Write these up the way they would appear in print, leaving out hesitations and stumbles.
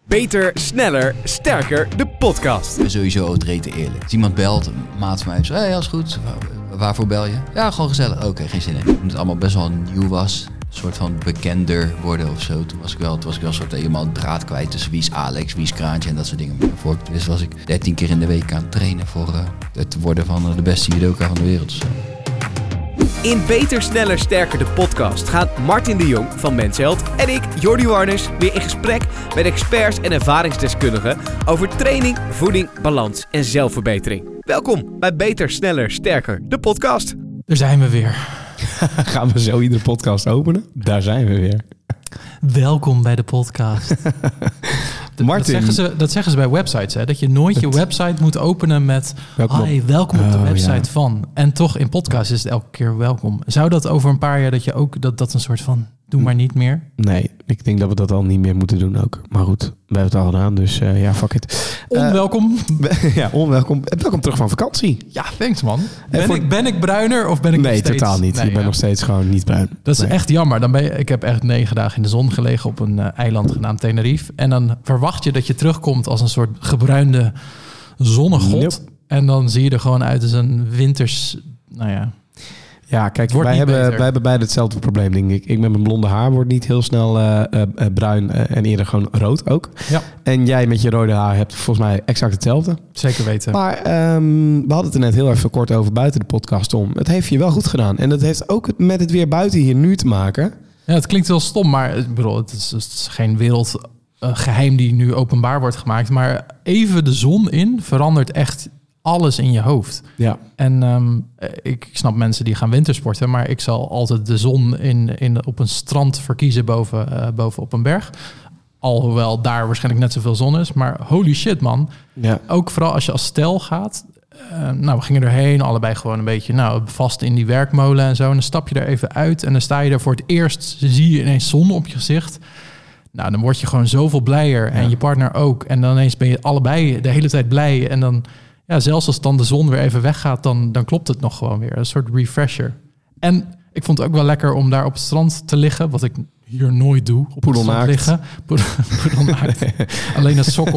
Beter, sneller, sterker, de podcast. Ik ben sowieso rete eerlijk. Als iemand belt, een maat van mij zegt, hey, alles goed. Waarvoor bel je? Ja, gewoon gezellig. Oké, geen zin in. Toen het allemaal best wel nieuw was, een soort van bekender worden of zo. Toen was ik wel een soort helemaal draad kwijt tussen wie is Alex, wie is Kraantje en dat soort dingen. Voor ik wist was ik 13 keer in de week aan het trainen voor het worden van de beste judoka van de wereld. Zo. In Beter, Sneller, Sterker, de podcast gaan Martin de Jong van Mensheld en ik, Jordi Warners, weer in gesprek met experts en ervaringsdeskundigen over training, voeding, balans en zelfverbetering. Welkom bij Beter, Sneller, Sterker, de podcast. Daar zijn we weer. Gaan we zo iedere podcast openen? Daar zijn we weer. Welkom bij de podcast. Martin. Dat zeggen ze bij websites, hè? Dat je nooit je website moet openen met welkom op de website van. En toch in podcast is het elke keer welkom. Zou dat over een paar jaar dat je ook dat een soort van doe maar niet meer? Nee, ik denk dat we dat al niet meer moeten doen ook. Maar goed, we hebben het al gedaan, dus ja, fuck it. Onwelkom. Onwelkom. Welkom terug van vakantie. Ja, thanks man. Ben ik bruiner of ben ik nog steeds? Nee, totaal niet. Nee, ik ben nog steeds gewoon niet bruin. Dat is echt jammer. Ik heb echt 9 dagen in de zon gelegen op een eiland genaamd Tenerife. En dan verwacht je dat je terugkomt als een soort gebruinde zonnegod. Nope. En dan zie je er gewoon uit als een winters... Ja, kijk, wij hebben beide hetzelfde probleem, denk ik. Ik met mijn blonde haar word niet heel snel bruin en eerder gewoon rood ook. Ja. En jij met je rode haar hebt volgens mij exact hetzelfde. Zeker weten. Maar we hadden het er net heel even kort over buiten de podcast om. Het heeft je wel goed gedaan. En dat heeft ook met het weer buiten hier nu te maken. Ja, het klinkt wel stom, maar ik bedoel, het is geen wereldgeheim die nu openbaar wordt gemaakt. Maar even de zon in verandert echt alles in je hoofd. Ja. En ik snap mensen die gaan wintersporten, maar ik zal altijd de zon op een strand verkiezen boven op een berg. Alhoewel daar waarschijnlijk net zoveel zon is. Maar holy shit, man. Ja. Ook vooral als je als stel gaat. We gingen erheen, allebei gewoon een beetje vast in die werkmolen en zo. En dan stap je er even uit en dan sta je er voor het eerst. Zie je ineens zon op je gezicht. Nou, dan word je gewoon zoveel blijer. En je partner ook. En dan ineens ben je allebei de hele tijd blij. En dan... Ja, zelfs als dan de zon weer even weggaat, dan klopt het nog gewoon weer. Een soort refresher. En ik vond het ook wel lekker om daar op het strand te liggen. Wat ik hier nooit doe. Op het strand liggen. Poedelnaakt. Alleen een sok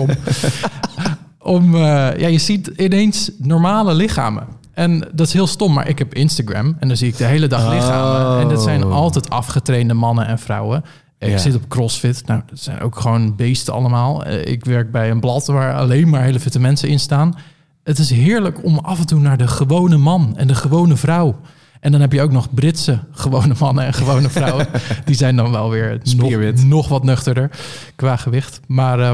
om. Je ziet ineens normale lichamen. En dat is heel stom, maar ik heb Instagram. En dan zie ik de hele dag lichamen. En dat zijn altijd afgetrainde mannen en vrouwen. Ik zit op CrossFit. Nou, dat zijn ook gewoon beesten allemaal. Ik werk bij een blad waar alleen maar hele fitte mensen in staan. Het is heerlijk om af en toe naar de gewone man en de gewone vrouw. En dan heb je ook nog Britse gewone mannen en gewone vrouwen. Die zijn dan wel weer nog wat nuchterder qua gewicht. Maar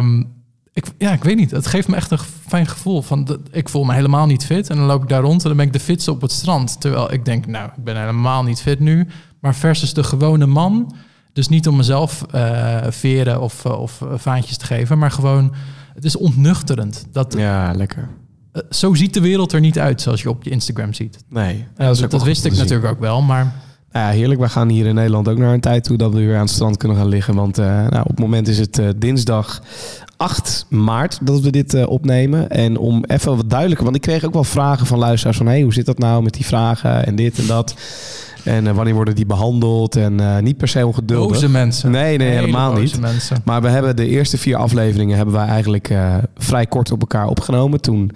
ik weet niet. Het geeft me echt een fijn gevoel. Ik voel me helemaal niet fit. En dan loop ik daar rond en dan ben ik de fitste op het strand. Terwijl ik denk, ik ben helemaal niet fit nu. Maar versus de gewone man. Dus niet om mezelf veren of vaantjes te geven. Maar gewoon, het is ontnuchterend. Ja, lekker. Zo ziet de wereld er niet uit, zoals je op je Instagram ziet. Nee. Dat wist ik natuurlijk ook wel, maar... Ja, heerlijk. We gaan hier in Nederland ook naar een tijd toe dat we weer aan het strand kunnen gaan liggen. Want op het moment is het dinsdag 8 maart dat we dit opnemen. En om even wat duidelijker, want ik kreeg ook wel vragen van luisteraars van... hoe zit dat nou met die vragen en dit en dat... En wanneer worden die behandeld? En niet per se ongeduldig. Boze mensen. Nee, helemaal niet. Mensen. Maar we hebben de eerste 4 afleveringen... hebben wij eigenlijk vrij kort op elkaar opgenomen. Toen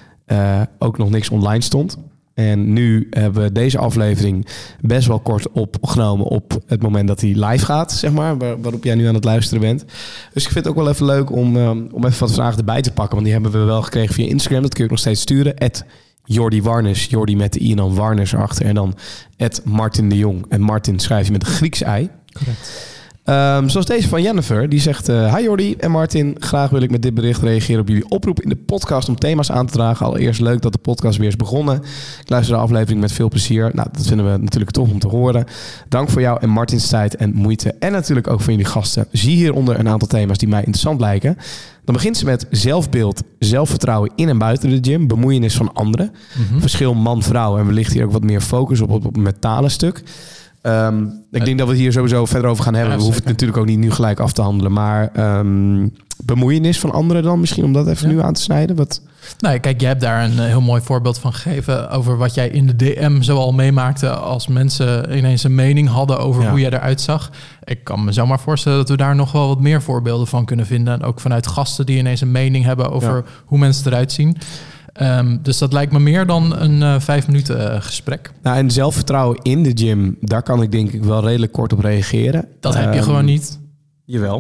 ook nog niks online stond. En nu hebben we deze aflevering best wel kort opgenomen... op het moment dat hij live gaat, zeg maar. Waarop jij nu aan het luisteren bent. Dus ik vind het ook wel even leuk om even wat vragen erbij te pakken. Want die hebben we wel gekregen via Instagram. Dat kun je ook nog steeds sturen. Jordi Warners, Jordi met de i en dan Warners erachter. En dan Martin de Jong. En Martin schrijf je met een Grieks ei. Correct. Zoals deze van Jennifer. Die zegt, hi Jordi en Martin. Graag wil ik met dit bericht reageren op jullie oproep in de podcast om thema's aan te dragen. Allereerst leuk dat de podcast weer is begonnen. Ik luister de aflevering met veel plezier. Nou, dat vinden we natuurlijk tof om te horen. Dank voor jou en Martins tijd en moeite. En natuurlijk ook voor jullie gasten. Zie hieronder een aantal thema's die mij interessant lijken. Dan begint ze met zelfbeeld, zelfvertrouwen in en buiten de gym. Bemoeienis van anderen. Mm-hmm. Verschil man-vrouw. En wellicht hier ook wat meer focus op het mentale stuk. Ik denk dat we het hier sowieso verder over gaan hebben. We hoeven het natuurlijk ook niet nu gelijk af te handelen. Maar bemoeienis van anderen dan misschien, om dat even nu aan te snijden? Nou, kijk, jij hebt daar een heel mooi voorbeeld van gegeven over wat jij in de DM zoal meemaakte als mensen ineens een mening hadden over hoe jij eruit zag. Ik kan me zomaar voorstellen dat we daar nog wel wat meer voorbeelden van kunnen vinden. En ook vanuit gasten die ineens een mening hebben over hoe mensen eruit zien. Dus dat lijkt me meer dan een 5 minuten gesprek. Nou, en zelfvertrouwen in de gym, daar kan ik denk ik wel redelijk kort op reageren. Dat heb je gewoon niet. Jawel.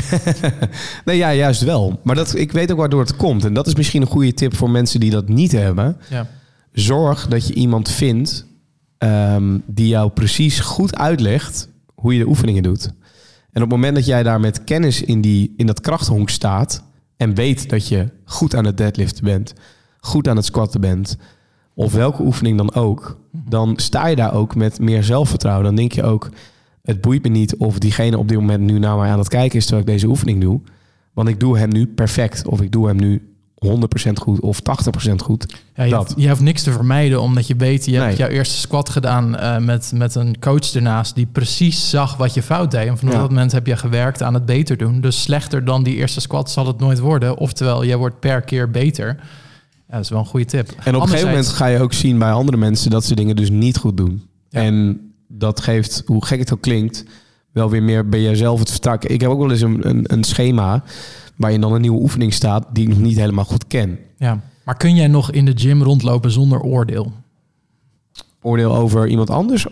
Nee, ja, juist wel. Maar ik weet ook waardoor het komt. En dat is misschien een goede tip voor mensen die dat niet hebben. Ja. Zorg dat je iemand vindt die jou precies goed uitlegt hoe je de oefeningen doet. En op het moment dat jij daar met kennis in dat krachthonk staat en weet dat je goed aan het deadliften bent, goed aan het squatten bent, of welke oefening dan ook, dan sta je daar ook met meer zelfvertrouwen. Dan denk je ook, het boeit me niet of diegene op dit moment nu naar mij aan het kijken is terwijl ik deze oefening doe. Want ik doe hem nu perfect. Of ik doe hem nu 100% goed of 80% goed. Ja, je hoeft niks te vermijden, omdat je weet, je hebt jouw eerste squat gedaan met een coach ernaast die precies zag wat je fout deed. En vanaf dat moment heb je gewerkt aan het beter doen. Dus slechter dan die eerste squat zal het nooit worden. Oftewel, jij wordt per keer beter. Ja, dat is wel een goede tip. En op een gegeven moment ga je ook zien bij andere mensen dat ze dingen dus niet goed doen. Ja. En dat geeft, hoe gek het ook klinkt, wel weer meer bij jezelf het vertrouwen. Ik heb ook wel eens een schema waarin dan een nieuwe oefening staat die ik nog niet helemaal goed ken. Ja, maar kun jij nog in de gym rondlopen zonder oordeel? Oordeel over iemand anders?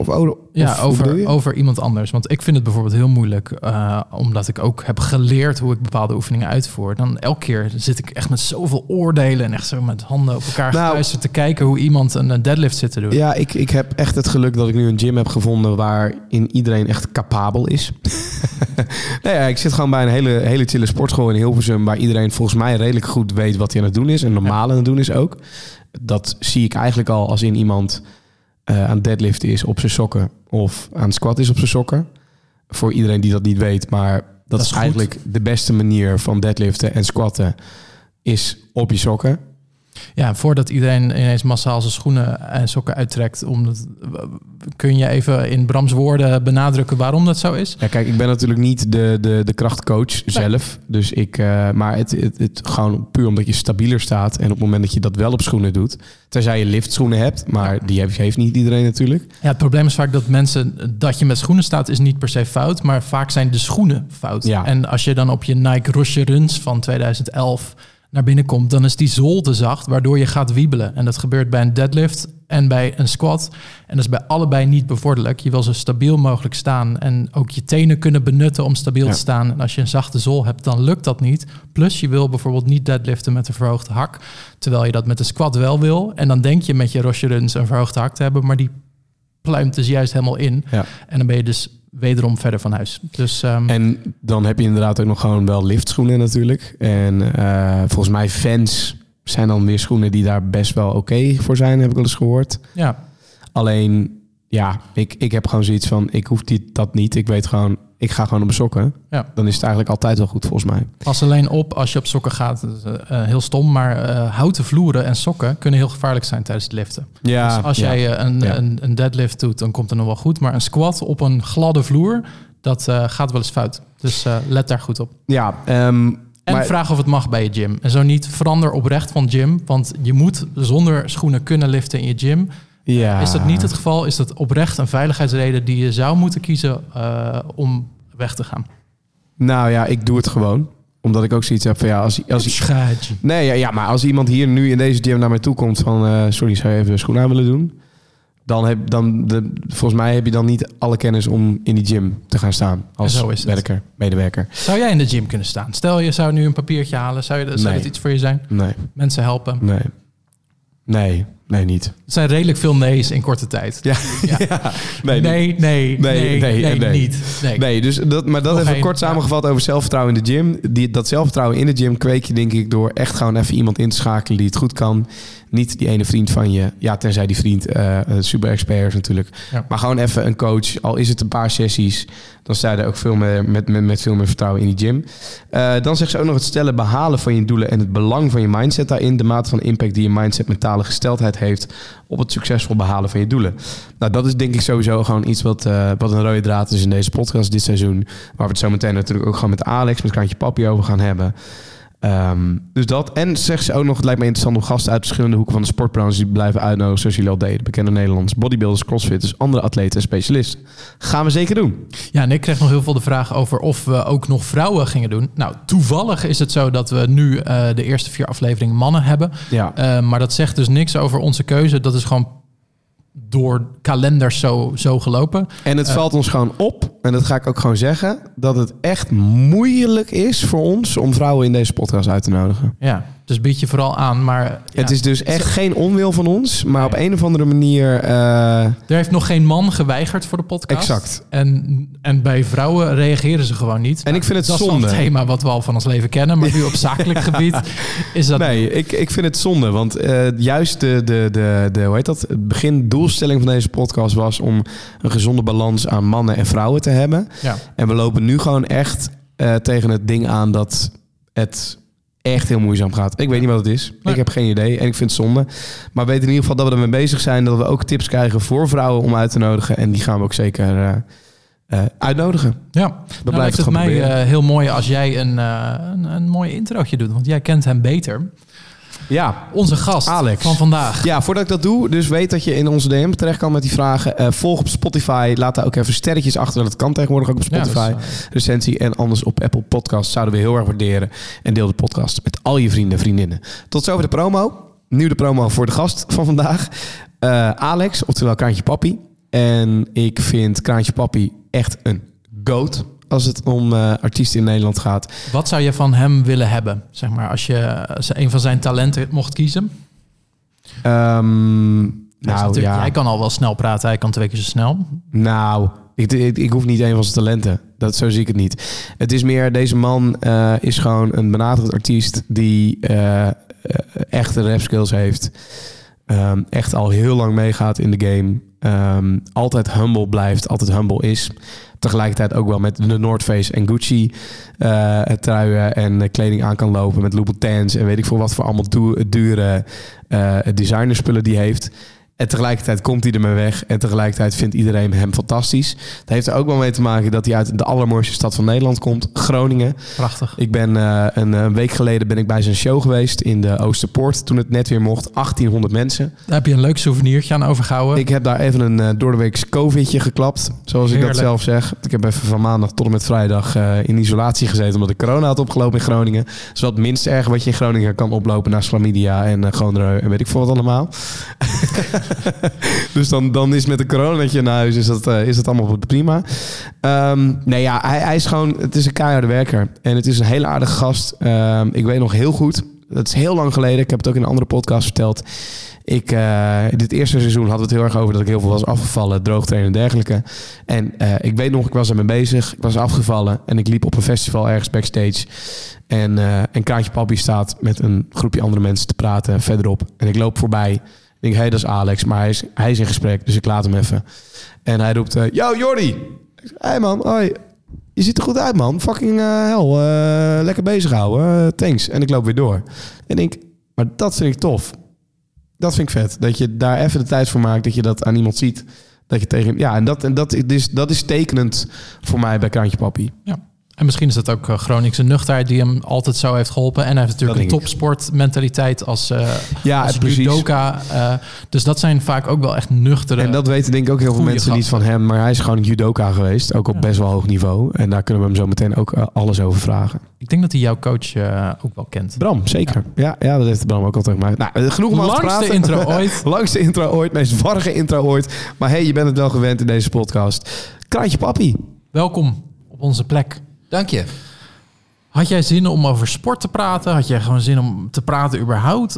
Over iemand anders. Want ik vind het bijvoorbeeld heel moeilijk, omdat ik ook heb geleerd hoe ik bepaalde oefeningen uitvoer. Dan elke keer zit ik echt met zoveel oordelen en echt zo met handen op elkaar gekruist te kijken hoe iemand een deadlift zit te doen. Ja, ik heb echt het geluk dat ik nu een gym heb gevonden waarin iedereen echt capabel is. Ik zit gewoon bij een hele chille sportschool in Hilversum, waar iedereen volgens mij redelijk goed weet wat hij aan het doen is en normaal aan het doen is ook. Dat zie ik eigenlijk al als in iemand aan deadliften is op zijn sokken of aan squat is op zijn sokken. Voor iedereen die dat niet weet, maar dat is eigenlijk de beste manier van deadliften en squatten is op je sokken. Ja, voordat iedereen ineens massaal zijn schoenen en sokken uittrekt, kun je even in Brams woorden benadrukken waarom dat zo is? Ja, kijk, ik ben natuurlijk niet de krachtcoach zelf. Dus maar het gewoon puur omdat je stabieler staat. En op het moment dat je dat wel op schoenen doet, tenzij je liftschoenen hebt, maar die heeft niet iedereen natuurlijk. Ja, het probleem is vaak dat je met schoenen staat is niet per se fout, maar vaak zijn de schoenen fout. Ja. En als je dan op je Nike Roche Runs van 2011 naar binnen komt, dan is die zool te zacht, waardoor je gaat wiebelen. En dat gebeurt bij een deadlift en bij een squat. En dat is bij allebei niet bevorderlijk. Je wil zo stabiel mogelijk staan en ook je tenen kunnen benutten om stabiel te staan. En als je een zachte zool hebt, dan lukt dat niet. Plus je wil bijvoorbeeld niet deadliften met een verhoogde hak, terwijl je dat met een squat wel wil. En dan denk je met je Roche Runs een verhoogde hak te hebben, maar die pluimt dus juist helemaal in. Ja. En dan ben je dus wederom verder van huis. Dus, en dan heb je inderdaad ook nog gewoon wel liftschoenen natuurlijk. En volgens mij Vans zijn dan weer schoenen die daar best wel oké voor zijn, heb ik wel eens gehoord. Ja. Alleen, ik heb gewoon zoiets van, ik hoef dat niet. Ik weet gewoon, ik ga gewoon op mijn sokken. Ja. Dan is het eigenlijk altijd wel goed volgens mij. Pas alleen op als je op sokken gaat. Heel stom, maar houten vloeren en sokken kunnen heel gevaarlijk zijn tijdens het liften. Ja, dus als jij een deadlift doet, dan komt het nog wel goed. Maar een squat op een gladde vloer, dat gaat wel eens fout. Dus let daar goed op. Ja, en vraag of het mag bij je gym. En zo niet, verander oprecht van gym. Want je moet zonder schoenen kunnen liften in je gym. Ja. Is dat niet het geval? Is dat oprecht een veiligheidsreden die je zou moeten kiezen om weg te gaan? Nou ja, ik doe het gewoon. Omdat ik ook zoiets heb van maar als iemand hier nu in deze gym naar mij toe komt van sorry, zou je even de schoen aan willen doen? Volgens mij heb je dan niet alle kennis om in die gym te gaan staan als medewerker. Zou jij in de gym kunnen staan? Stel je zou nu een papiertje halen, zou het iets voor je zijn? Nee. Mensen helpen? Nee, niet. Het zijn redelijk veel nee's in korte tijd. Ja. Nee, niet. Nee, dus dat even kort samengevat over zelfvertrouwen in de gym. Dat zelfvertrouwen in de gym kweek je denk ik door echt gewoon even iemand in te schakelen die het goed kan. Niet die ene vriend van je. Ja, tenzij die vriend super expert is natuurlijk. Ja. Maar gewoon even een coach. Al is het een paar sessies, dan sta je er ook veel meer met veel meer vertrouwen in die gym. Dan zegt ze ook nog het behalen van je doelen en het belang van je mindset daarin. De mate van impact die je mindset mentale gesteldheid heeft op het succesvol behalen van je doelen. Nou, dat is denk ik sowieso gewoon iets wat een rode draad is in deze podcast dit seizoen. Waar we het zo meteen natuurlijk ook gewoon met Alex, met Kraantje Papi over gaan hebben. Dus dat. En zegt ze ook nog, het lijkt me interessant om gasten uit verschillende hoeken van de sportbranche die blijven uitnodigen, zoals jullie al deden. Bekende Nederlanders, bodybuilders, crossfitters, andere atleten en specialisten. Gaan we zeker doen. Ja, en ik kreeg nog heel veel de vraag over of we ook nog vrouwen gingen doen. Nou, toevallig is het zo dat we nu de eerste 4 afleveringen mannen hebben. Ja. Maar dat zegt dus niks over onze keuze. Dat is gewoon door kalenders zo gelopen. En het valt ons gewoon op, en dat ga ik ook gewoon zeggen, dat het echt moeilijk is voor ons om vrouwen in deze podcast uit te nodigen. Ja, dus bied je vooral aan. Maar het is dus echt geen onwil van ons, maar op een of andere manier... Er heeft nog geen man geweigerd voor de podcast. Exact. En bij vrouwen reageren ze gewoon niet. En ik vind het dat zonde. Dat is wel een thema wat we al van ons leven kennen. Maar nu op zakelijk gebied is dat... Nee, ik vind het zonde. Want juist de hoe heet dat? Het begindoelstelling van deze podcast was om een gezonde balans aan mannen en vrouwen te hebben. Ja. En we lopen nu gewoon echt tegen het ding aan dat het echt heel moeizaam gaat. Ik weet niet wat het is. Nee. Ik heb geen idee en ik vind het zonde. Maar weet in ieder geval dat we ermee bezig zijn. Dat we ook tips krijgen voor vrouwen om uit te nodigen. En die gaan we ook zeker uitnodigen. Ja, dat lijkt het mij heel mooi als jij een mooi introotje doet. Want jij kent hem beter. Ja, onze gast Alex van vandaag. Ja, voordat ik dat doe, dus weet dat je in onze DM terecht kan met die vragen. Volg op Spotify, laat daar ook even sterretjes achter. Dat kan tegenwoordig ook op Spotify. Recensie en anders op Apple Podcasts zouden we heel erg waarderen. En deel de podcast met al je vrienden en vriendinnen. Tot zover de promo. Nu de promo voor de gast van vandaag. Alex, oftewel Kraantje Papi. En ik vind Kraantje Papi echt een goat als het om artiesten in Nederland gaat. Wat zou je van hem willen hebben? Zeg maar, als je een van zijn talenten mocht kiezen? Jij kan al wel snel praten. Hij kan 2 keer zo snel. Nou, ik hoef niet een van zijn talenten. Zo zie ik het niet. Het is meer, deze man is gewoon een benaderd artiest die echte rap skills heeft. Echt al heel lang meegaat in de game. Altijd humble blijft, altijd humble is. Tegelijkertijd ook wel met de North Face en Gucci truien en kleding aan kan lopen. Met Louboutins en weet ik veel wat voor allemaal dure designerspullen die heeft. En tegelijkertijd komt hij ermee weg. En tegelijkertijd vindt iedereen hem fantastisch. Het heeft er ook wel mee te maken dat hij uit de allermooiste stad van Nederland komt. Groningen. Prachtig. Ik ben een week geleden ben ik bij zijn show geweest in de Oosterpoort. Toen het net weer mocht. 1800 mensen. Daar heb je een leuk souvenirtje aan overgehouden. Ik heb daar even een doordeweeks covidje geklapt. Zoals ik dat zelf zeg. Ik heb even van maandag tot en met vrijdag in isolatie gezeten. Omdat ik corona had opgelopen in Groningen. Dat is wel het minst erg wat je in Groningen kan oplopen. Naast chlamydia en gonoreu en weet ik veel wat allemaal. Dus dan is met een coronatje naar huis is dat allemaal prima. Hij is gewoon, het is een keiharde werker. En het is een hele aardige gast. Ik weet nog heel goed, dat is heel lang geleden. Ik heb het ook in een andere podcast verteld. Dit eerste seizoen hadden we het heel erg over dat ik heel veel was afgevallen, droogtrainen en dergelijke. En ik weet nog, ik was ermee bezig. Ik was afgevallen en ik liep op een festival ergens backstage. En Kraantje Papi staat met een groepje andere mensen te praten verderop. En ik loop voorbij. Ik denk, dat is Alex, maar hij is in gesprek, dus ik laat hem even. En hij roept, yo Jordi! Hey man, hoi. Je ziet er goed uit man, fucking hell, lekker bezig houden, thanks. En ik loop weer door. En ik denk, maar dat vind ik tof. Dat vind ik vet, dat je daar even de tijd voor maakt, dat je dat aan iemand ziet. Dat je tegen, ja, en dat is tekenend voor mij bij Kraantje Papi. Ja. En misschien is dat ook Groningse nuchterheid die hem altijd zo heeft geholpen. En hij heeft natuurlijk een topsportmentaliteit als judoka. Dus dat zijn vaak ook wel echt nuchtere. En dat weten denk ik ook heel veel mensen niet van hem. Maar hij is gewoon een judoka geweest. Ook op best wel hoog niveau. En daar kunnen we hem zo meteen ook alles over vragen. Ik denk dat hij jouw coach ook wel kent. Bram, zeker. Ja, dat heeft Bram ook altijd gemaakt. Nou, genoeg om over te praten. Langste intro ooit. Langste intro ooit. Meest warrige intro ooit. Maar hey, je bent het wel gewend in deze podcast. Kraantje Papi. Welkom op onze plek. Dank je. Had jij zin om over sport te praten? Had jij gewoon zin om te praten überhaupt?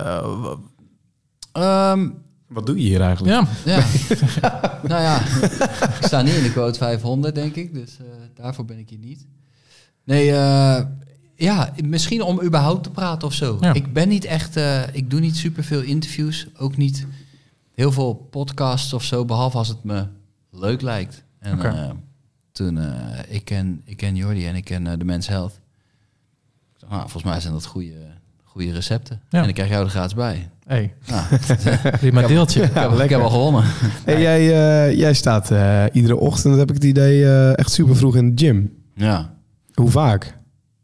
Wat doe je hier eigenlijk? Ja. Nou ja, ik sta niet in de quote 500, denk ik. Dus daarvoor ben ik hier niet. Nee, misschien om überhaupt te praten of zo. Ja. Ik ben niet echt... ik doe niet superveel interviews. Ook niet heel veel podcasts of zo. Behalve als het me leuk lijkt. En toen... Ik ken Jordi en ik ken de Men's Health. Volgens mij zijn dat goede goede recepten. Ja. En dan krijg je jou er gratis bij. Hey, Nou, prima deeltje. ik heb al gewonnen. Hey, jij staat iedere ochtend, heb ik het idee, echt super vroeg in de gym. Ja. Hoe vaak?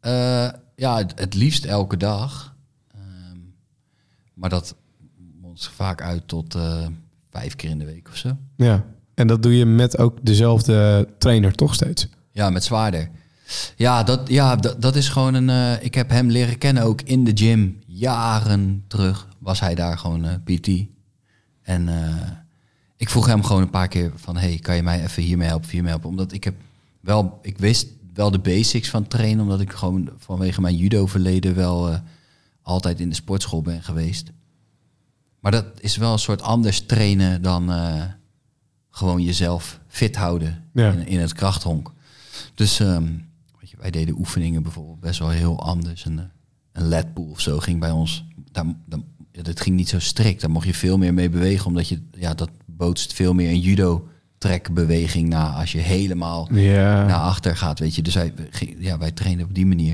Het liefst elke dag. Maar dat mondt vaak uit tot 5 keer in de week of zo. Ja, en dat doe je met ook dezelfde trainer toch steeds? Ja, met Zwaarder. Dat is gewoon een... ik heb hem leren kennen ook in de gym. Jaren terug was hij daar gewoon PT. En ik vroeg hem gewoon een paar keer van... Hey, kan je mij even hiermee helpen? Omdat ik wist wel de basics van trainen... omdat ik gewoon vanwege mijn judo-verleden wel altijd in de sportschool ben geweest. Maar dat is wel een soort anders trainen dan gewoon jezelf fit houden in het krachthonk. Dus wij deden oefeningen bijvoorbeeld best wel heel anders. Een ledpool of zo ging bij ons. Dat ging niet zo strikt. Daar mocht je veel meer mee bewegen, omdat dat bootst veel meer een judo-trekbeweging na als je helemaal naar achter gaat, weet je. Dus wij trainen op die manier.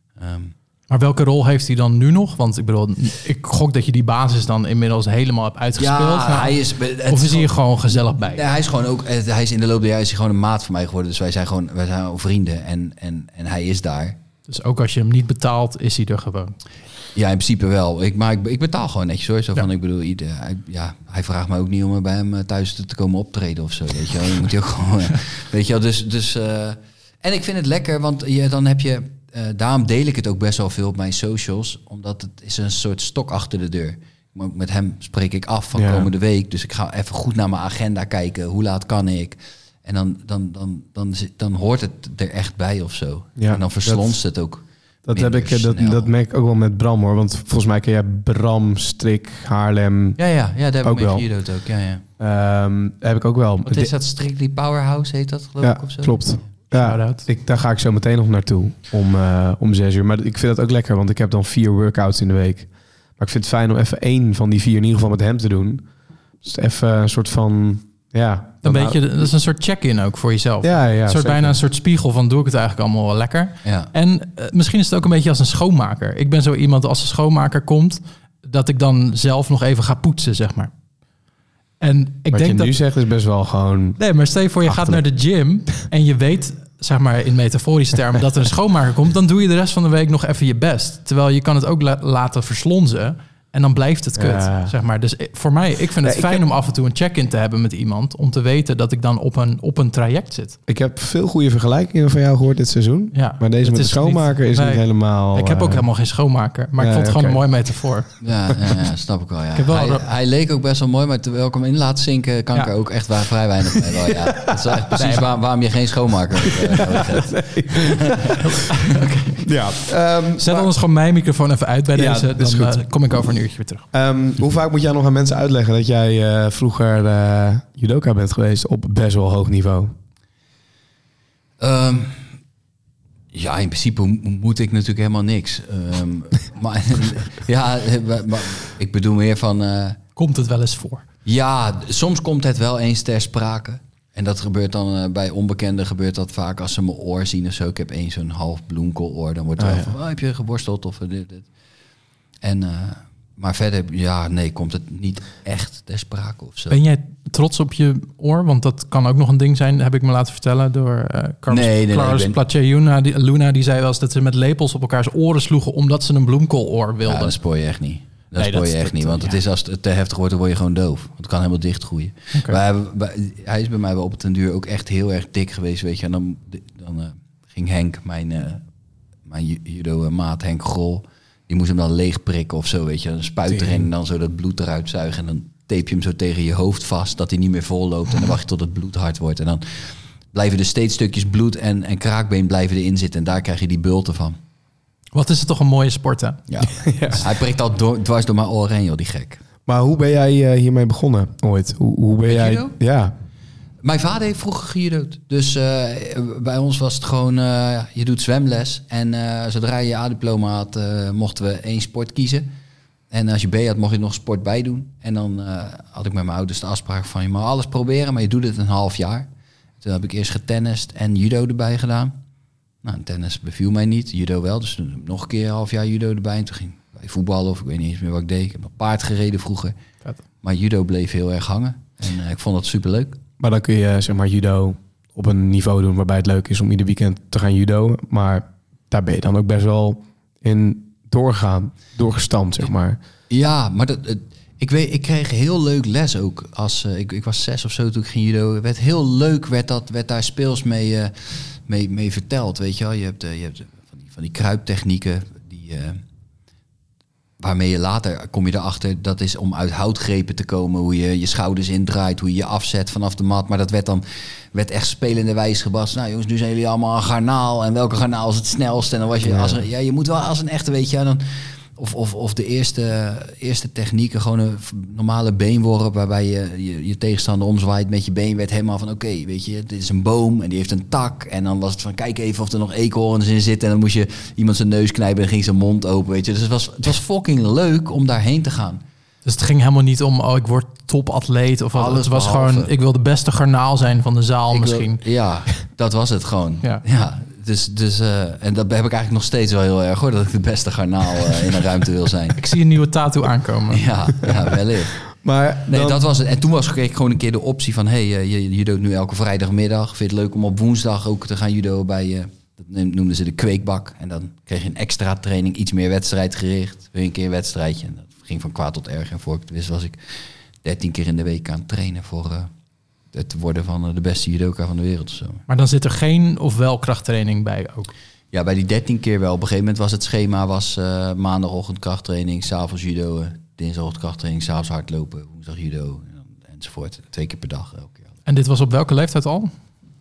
Maar welke rol heeft hij dan nu nog? Want ik bedoel, ik gok dat je die basis dan inmiddels helemaal hebt uitgespeeld. Ja, hij is... Of is hij er gewoon gezellig bij? Nee, hij is gewoon ook... Hij is in de loop der jaren is hij gewoon een maat van mij geworden. Dus wij zijn gewoon vrienden. En hij is daar. Dus ook als je hem niet betaalt, is hij er gewoon? Ja, in principe wel. Ik betaal gewoon netjes hoor. Zo van, ik bedoel, hij vraagt me ook niet om bij hem thuis te komen optreden of zo. Weet je wel. Je moet hij ook gewoon... weet je wel, dus en ik vind het lekker, want dan heb je... daarom deel ik het ook best wel veel op mijn socials. Omdat het is een soort stok achter de deur. Met hem spreek ik af van komende week. Dus ik ga even goed naar mijn agenda kijken. Hoe laat kan ik? En dan hoort het er echt bij of zo. Ja, en dan verslonst het ook. Dat merk ik ook wel met Bram hoor. Want volgens mij ken jij Bram, Strik, Haarlem. Ja, daar heb ook ik mee gejudo'd ook. Ja. Heb ik ook wel. Wat is dat? Strictly Powerhouse heet dat geloof ik of zo? Klopt. Ja, daar ga ik zo meteen nog naartoe om 6 uur. Maar ik vind dat ook lekker, want ik heb dan 4 workouts in de week. Maar ik vind het fijn om even 1 van die 4 in ieder geval met hem te doen. Dus even een soort van... dat is een soort check-in ook voor jezelf. Ja, bijna een soort spiegel van doe ik het eigenlijk allemaal wel lekker. Ja. En misschien is het ook een beetje als een schoonmaker. Ik ben zo iemand als een schoonmaker komt, dat ik dan zelf nog even ga poetsen, zeg maar. En ik wat denk je nu zegt is best wel gewoon... Nee, maar stel je voor je gaat naar de gym en je weet, zeg maar in metaforische termen, dat er een schoonmaker komt, dan doe je de rest van de week nog even je best. Terwijl je kan het ook laten verslonzen en dan blijft het kut, zeg maar. Dus voor mij, ik vind het fijn om af en toe een check-in te hebben met iemand, om te weten dat ik dan op een traject zit. Ik heb veel goede vergelijkingen van jou gehoord dit seizoen. Ja, maar deze met de schoonmaker is niet helemaal... Ik heb ook helemaal geen schoonmaker, maar ik vond het gewoon een mooi metafoor. Ja, snap ik wel. Ja. Hij leek ook best wel mooi, maar terwijl ik hem in laat zinken, kan ik er ook echt vrij weinig mee. Wel, ja. Dat is echt precies waarom je geen schoonmaker nodig hebt. Ja. Zet anders gewoon mijn microfoon even uit bij deze. Dan kom ik over een uurtje weer terug. Hoe vaak moet jij nog aan mensen uitleggen dat jij vroeger judoka bent geweest op best wel hoog niveau? Ja, in principe moet ik natuurlijk helemaal niks. Maar ik bedoel meer van... komt het wel eens voor? Ja, soms komt het wel eens ter sprake. En dat gebeurt dan bij onbekenden gebeurt dat vaak als ze mijn oor zien of zo. Ik heb zo'n half bloemkooloor. Dan wordt er wel van, heb je geworsteld of dit. En... maar verder, komt het niet echt ter sprake of zo. Ben jij trots op je oor? Want dat kan ook nog een ding zijn, heb ik me laten vertellen door Carlos Plache Luna. Die zei wel eens dat ze met lepels op elkaars oren sloegen omdat ze een bloemkooloor wilden. Ja, dat spoor je echt niet. Dat spoor je echt niet, want het is als het te heftig wordt, dan word je gewoon doof. Want het kan helemaal dichtgroeien. Okay. Hij is bij mij wel op den duur ook echt heel erg dik geweest, weet je. En dan ging Henk, mijn judo-maat Henk Grol... Die moest hem dan leeg prikken of zo, weet je. Een spuit erin en dan zo dat bloed eruit zuigen. En dan tape je hem zo tegen je hoofd vast, dat hij niet meer vol loopt. En dan wacht je tot het bloed hard wordt. En dan blijven er steeds stukjes bloed en kraakbeen blijven erin zitten. En daar krijg je die bulten van. Wat is het toch een mooie sport, hè? Ja. Hij prikt al dwars door mijn oren heen, joh, die gek. Maar hoe ben jij hiermee begonnen ooit? Hoe ben jij... Judo? Ja. Mijn vader heeft vroeger gejudo'd. Dus bij ons was het gewoon, je doet zwemles. En zodra je A-diploma had, mochten we 1 sport kiezen. En als je B had, mocht je nog sport bij doen. En dan had ik met mijn ouders de afspraak van, je mag alles proberen, maar je doet het een half jaar. Toen heb ik eerst getennist en judo erbij gedaan. Nou, tennis beviel mij niet, judo wel. Dus toen nog een keer een half jaar judo erbij. En toen voetballen of ik weet niet eens meer wat ik deed. Ik heb nog paard gereden vroeger. Vet. Maar judo bleef heel erg hangen. En ik vond dat superleuk. Maar dan kun je zeg maar judo op een niveau doen waarbij het leuk is om ieder weekend te gaan judo. Maar daar ben je dan ook best wel in doorgestampt, zeg maar. Ja, maar ik kreeg heel leuk les ook. Ik was 6 of zo toen ik ging judo. Werd heel leuk, werd daar speels mee verteld, weet je wel. Je hebt van die kruiptechnieken, waarmee je later, kom je erachter, dat is om uit houtgrepen te komen, hoe je je schouders indraait, hoe je je afzet vanaf de mat. Maar dat werd echt spelenderwijs gebracht. Nou jongens, nu zijn jullie allemaal een garnaal. En welke garnaal is het snelst? En dan was je, je moet wel als een echte, weet je, dan... Of de eerste technieken, gewoon een normale beenworp waarbij je tegenstander omzwaait met je been, werd helemaal van oké, weet je, dit is een boom en die heeft een tak. En dan was het van kijk even of er nog eekhoorns in zitten. En dan moest je iemand zijn neus knijpen en ging zijn mond open, weet je. Dus het was fucking leuk om daarheen te gaan. Dus het ging helemaal niet om, ik word topatleet of wat. Alles Het was behalve. gewoon, ik wil de beste garnaal zijn van de zaal misschien. Ja, dat was het gewoon. Ja. Dus en dat heb ik eigenlijk nog steeds wel heel erg hoor, dat ik de beste garnaal in een ruimte wil zijn. Ik zie een nieuwe tattoo aankomen. Ja, wellicht. Maar Nee, dat was het. En toen kreeg ik gewoon een keer de optie van... je doet nu elke vrijdagmiddag. Vind je het leuk om op woensdag ook te gaan judo bij... dat noemden ze de kweekbak. En dan kreeg je een extra training, iets meer wedstrijdgericht. Weer een keer een wedstrijdje. En dat ging van kwaad tot erg. En voor ik het wist was ik 13 keer in de week aan het trainen... voor het worden van de beste judoka van de wereld of zo. Maar dan zit er geen of wel krachttraining bij ook? Ja, bij die 13 keer wel. Op een gegeven moment was het schema... maandagochtend krachttraining, 's avonds judo... dinsdagochtend krachttraining, 's avonds hardlopen, woensdag judo enzovoort. 2 keer per dag elke keer. En dit was op welke leeftijd al?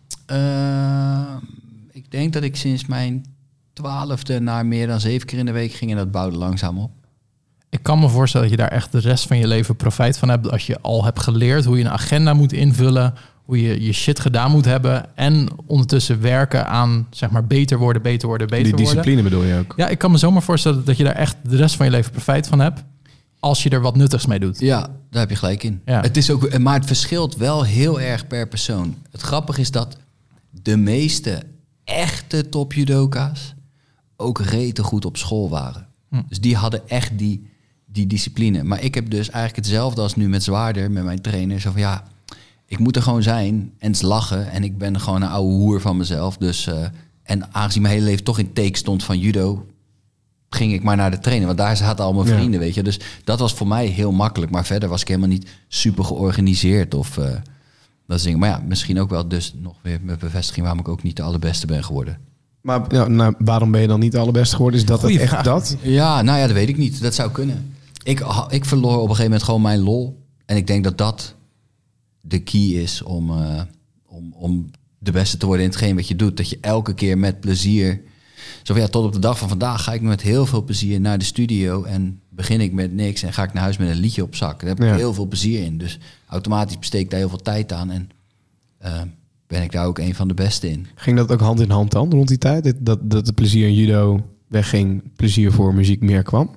Ik denk dat ik sinds mijn 12e naar meer dan 7 keer in de week ging en dat bouwde langzaam op. Ik kan me voorstellen dat je daar echt de rest van je leven profijt van hebt. Als je al hebt geleerd hoe je een agenda moet invullen, hoe je je shit gedaan moet hebben en ondertussen werken aan zeg maar beter worden. die discipline bedoel je ook? Ja, ik kan me zomaar voorstellen dat je daar echt de rest van je leven profijt van hebt. Als je er wat nuttigs mee doet. Ja, daar heb je gelijk in. Ja. Het is ook, maar het verschilt wel heel erg per persoon. Het grappige is dat de meeste echte topjudoka's ook rete goed op school waren. Dus die hadden echt die discipline. Maar ik heb dus eigenlijk hetzelfde als nu met Zwaarder, met mijn trainer. Zo van ja, ik moet er gewoon zijn en eens lachen. En ik ben gewoon een oude hoer van mezelf. Dus, en aangezien mijn hele leven toch in teken stond van judo, ging ik maar naar de trainer. Want daar zaten al mijn vrienden, weet je. Dus dat was voor mij heel makkelijk. Maar verder was ik helemaal niet super georganiseerd of dat dingen. Maar ja, misschien ook wel dus nog weer met bevestiging waarom ik ook niet de allerbeste ben geworden. Maar ja, waarom ben je dan niet de allerbeste geworden? Is dat Goeie het echt vraag. dat? Ja, nou ja, dat weet ik niet. Dat zou kunnen. Ik verloor op een gegeven moment gewoon mijn lol. En ik denk dat dat de key is om de beste te worden in hetgeen wat je doet. Dat je elke keer met plezier... Zo van, ja, tot op de dag van vandaag ga ik met heel veel plezier naar de studio en begin ik met niks en ga ik naar huis met een liedje op zak. Daar heb ik heel veel plezier in. Dus automatisch besteed ik daar heel veel tijd aan en ben ik daar ook een van de beste in. Ging dat ook hand in hand dan rond die tijd? Dat het plezier in judo wegging, plezier voor muziek meer kwam?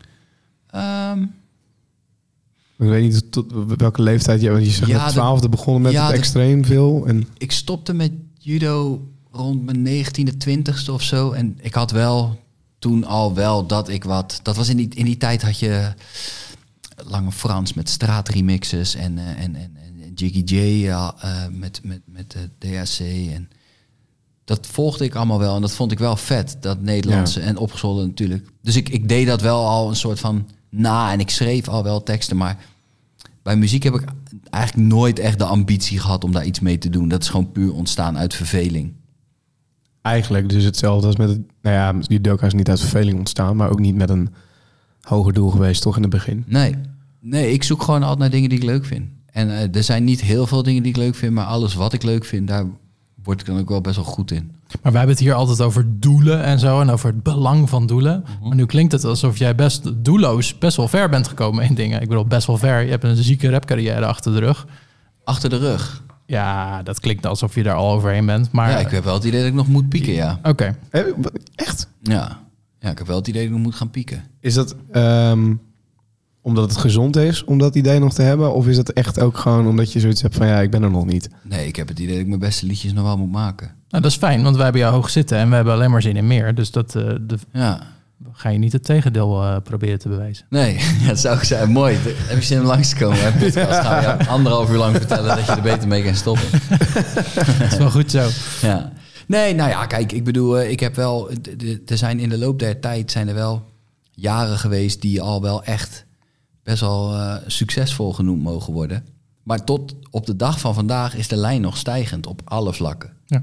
Ik weet niet tot welke leeftijd je... Want je zegt met 12e begonnen met het extreem veel. En... Ik stopte met judo rond mijn 19e, 20ste of zo. En ik had wel toen al wel dat ik wat... Dat was in die tijd had je Lange Frans met straatremixes en Jiggy J met DHC. En dat volgde ik allemaal wel. En dat vond ik wel vet, dat Nederlandse en opgezwollen natuurlijk. Dus ik deed dat wel al een soort van na. En ik schreef al wel teksten, maar bij muziek heb ik eigenlijk nooit echt de ambitie gehad om daar iets mee te doen. Dat is gewoon puur ontstaan uit verveling. Eigenlijk dus hetzelfde als met het... Nou ja, judoka is niet uit verveling ontstaan, maar ook niet met een hoger doel geweest, toch in het begin? Nee, ik zoek gewoon altijd naar dingen die ik leuk vind. En er zijn niet heel veel dingen die ik leuk vind, maar alles wat ik leuk vind, daar word ik dan ook wel best wel goed in. Maar wij hebben het hier altijd over doelen en zo en over het belang van doelen. Maar nu klinkt het alsof jij doelloos best wel ver bent gekomen in dingen. Ik bedoel, best wel ver. Je hebt een zieke rapcarrière achter de rug. Achter de rug? Ja, dat klinkt alsof je daar al overheen bent. Maar ja, ik heb wel het idee dat ik nog moet pieken, ja. Oké. Echt? Ja, ik heb wel het idee dat ik nog moet gaan pieken. Is dat omdat het gezond is om dat idee nog te hebben? Of is dat echt ook gewoon omdat je zoiets hebt van ja, ik ben er nog niet? Nee, ik heb het idee dat ik mijn beste liedjes nog wel moet maken. Nou, dat is fijn, want wij hebben jou hoog zitten en we hebben alleen maar zin in meer. Dus dat ga je niet het tegendeel proberen te bewijzen. Nee, dat zou ik zeggen. Mooi. Heb je zin om langs te komen? Hè? Podcast ga je 1,5 uur lang vertellen dat je er beter mee kan stoppen. Dat is wel goed zo. Ja. Nee, nou ja, kijk, ik bedoel, ik heb wel... Er zijn in de loop der tijd zijn er wel jaren geweest die al wel echt best wel succesvol genoemd mogen worden. Maar tot op de dag van vandaag is de lijn nog stijgend op alle vlakken. Ja.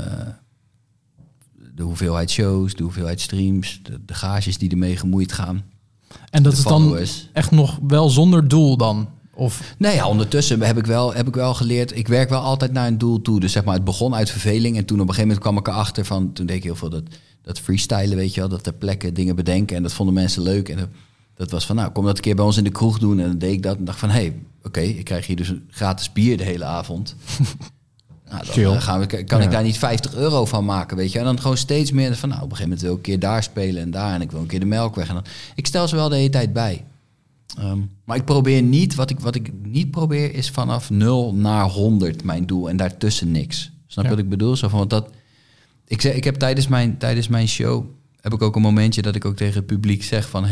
De hoeveelheid shows, de hoeveelheid streams, de gages die ermee gemoeid gaan. En dat is dan echt nog wel zonder doel dan? Of? Nee, ja, ondertussen heb ik wel geleerd. Ik werk wel altijd naar een doel toe. Dus zeg maar, het begon uit verveling. En toen op een gegeven moment kwam ik erachter van... Toen deed ik heel veel dat freestylen, weet je wel. Dat ter plekke dingen bedenken. En dat vonden mensen leuk. En dat was van, nou, kom dat een keer bij ons in de kroeg doen. En dan deed ik dat en dacht van, oké, ik krijg hier dus een gratis bier de hele avond. Nou, dan kan ik daar niet €50 van maken, weet je. En dan gewoon steeds meer van, nou, op een gegeven moment wil ik een keer daar spelen en daar. En ik wil een keer de Melkweg. En dan, ik stel ze wel de hele tijd bij. Maar ik probeer niet, wat ik niet probeer is vanaf 0 naar 100 mijn doel en daartussen niks. Snap je wat ik bedoel? Zo van, want ik heb tijdens mijn show heb ik ook een momentje dat ik ook tegen het publiek zeg van,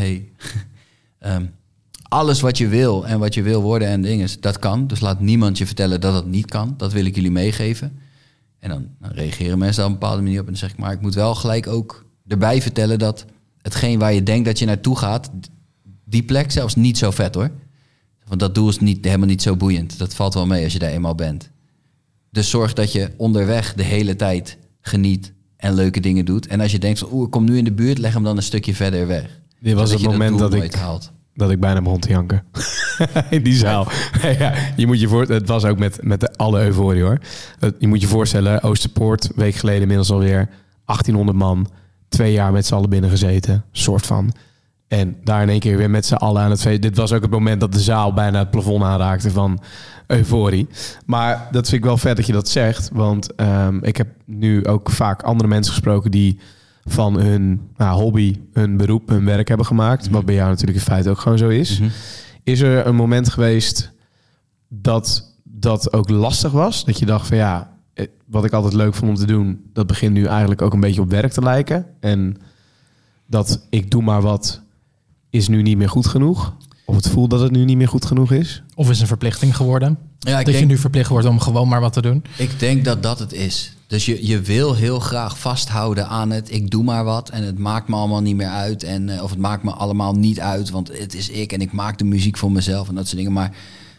alles wat je wil en wat je wil worden en dingen, dat kan. Dus laat niemand je vertellen dat dat niet kan. Dat wil ik jullie meegeven. En dan reageren mensen daar op een bepaalde manier op. En dan zeg ik, maar ik moet wel gelijk ook erbij vertellen dat hetgeen waar je denkt dat je naartoe gaat, die plek zelfs niet zo vet hoor. Want dat doel is helemaal niet zo boeiend. Dat valt wel mee als je daar eenmaal bent. Dus zorg dat je onderweg de hele tijd geniet en leuke dingen doet. En als je denkt van, ik kom nu in de buurt, leg hem dan een stukje verder weg. Dit was het moment dat ik bijna begon te janken. In die zaal. Ja, je moet je het was ook met alle euforie hoor. Je moet je voorstellen, Oosterpoort, week geleden inmiddels alweer 1800 man, 2 jaar met z'n allen binnen gezeten, soort van. En daar in één keer weer met z'n allen aan het feest. Dit was ook het moment dat de zaal bijna het plafond aanraakte van euforie. Maar dat vind ik wel vet dat je dat zegt. Want ik heb nu ook vaak andere mensen gesproken die van hun hobby, hun beroep, hun werk hebben gemaakt. Mm-hmm. Wat bij jou natuurlijk in feite ook gewoon zo is. Mm-hmm. Is er een moment geweest dat dat ook lastig was? Dat je dacht van wat ik altijd leuk vond om te doen, dat begint nu eigenlijk ook een beetje op werk te lijken. En dat ik doe maar wat is nu niet meer goed genoeg. Of het voelt dat het nu niet meer goed genoeg is. Of is een verplichting geworden. Ja, dat je nu verplicht wordt om gewoon maar wat te doen. Ik denk dat het is. Dus je wil heel graag vasthouden aan het ik doe maar wat en het maakt me allemaal niet meer uit. Of het maakt me allemaal niet uit, want het is ik en ik maak de muziek voor mezelf en dat soort dingen. Maar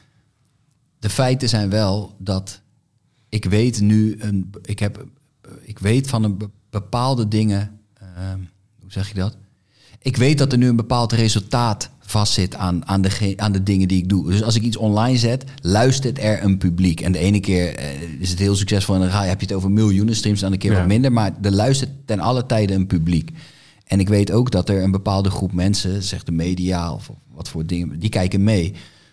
de feiten zijn wel dat ik weet nu, ik weet van een bepaalde dingen, hoe zeg je dat? Ik weet dat er nu een bepaald resultaat vastzit aan de dingen die ik doe. Dus als ik iets online zet, luistert er een publiek. En de ene keer is het heel succesvol en dan heb je het over miljoenen streams, dan een keer wat minder. Maar er luistert ten alle tijde een publiek. En ik weet ook dat er een bepaalde groep mensen, zeg de media of wat voor dingen, die kijken mee.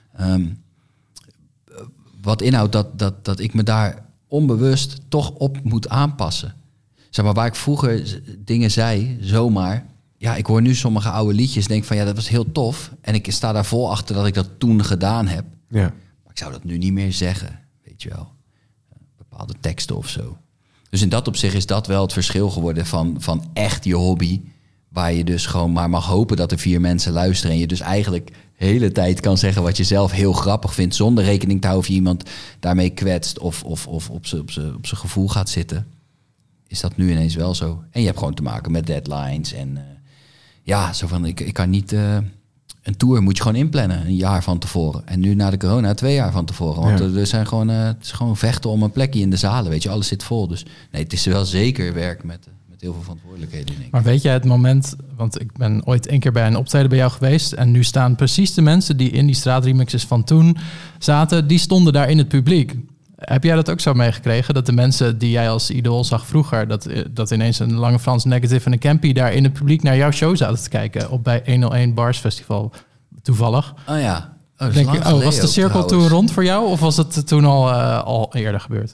Wat inhoudt dat ik me daar onbewust toch op moet aanpassen. Zeg maar, waar ik vroeger dingen zei, zomaar. Ja, ik hoor nu sommige oude liedjes, denk van dat was heel tof. En ik sta daar vol achter dat ik dat toen gedaan heb. Ja. Maar ik zou dat nu niet meer zeggen, weet je wel. Bepaalde teksten of zo. Dus in dat opzicht is dat wel het verschil geworden van echt je hobby. Waar je dus gewoon maar mag hopen dat er 4 mensen luisteren. En je dus eigenlijk de hele tijd kan zeggen wat je zelf heel grappig vindt. Zonder rekening te houden of je iemand daarmee kwetst of op zijn gevoel gaat zitten. Is dat nu ineens wel zo. En je hebt gewoon te maken met deadlines en... zo van, ik kan niet... een tour moet je gewoon inplannen, 1 jaar van tevoren. En nu na de corona 2 jaar van tevoren. Want er zijn gewoon, het is gewoon vechten om een plekje in de zalen, weet je. Alles zit vol. Dus nee, het is wel zeker werk met heel veel verantwoordelijkheden, denk ik. Maar weet je het moment... Want ik ben ooit 1 keer bij een optreden bij jou geweest... en nu staan precies de mensen die in die straatremixes van toen zaten... die stonden daar in het publiek. Heb jij dat ook zo meegekregen? Dat de mensen die jij als idool zag vroeger... dat ineens een Lange Frans Negative en een Campy... daar in het publiek naar jouw show zaten te kijken... op bij 101 Bars Festival, toevallig. Oh ja. Was de cirkel toen rond voor jou? Of was het toen al eerder gebeurd?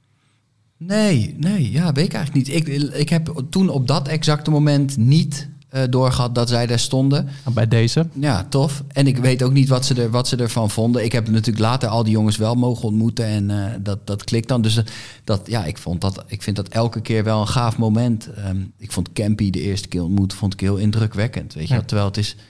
Nee, weet ik eigenlijk niet. Ik heb toen op dat exacte moment niet doorgehad dat zij daar stonden. Bij deze. Ja, tof. En ik weet ook niet wat ze ervan vonden. Ik heb natuurlijk later al die jongens wel mogen ontmoeten en dat klikt dan. Dus ik vind dat elke keer wel een gaaf moment. Ik vond Campy de eerste keer ontmoeten, vond ik heel indrukwekkend. Weet je, ja. Terwijl het is...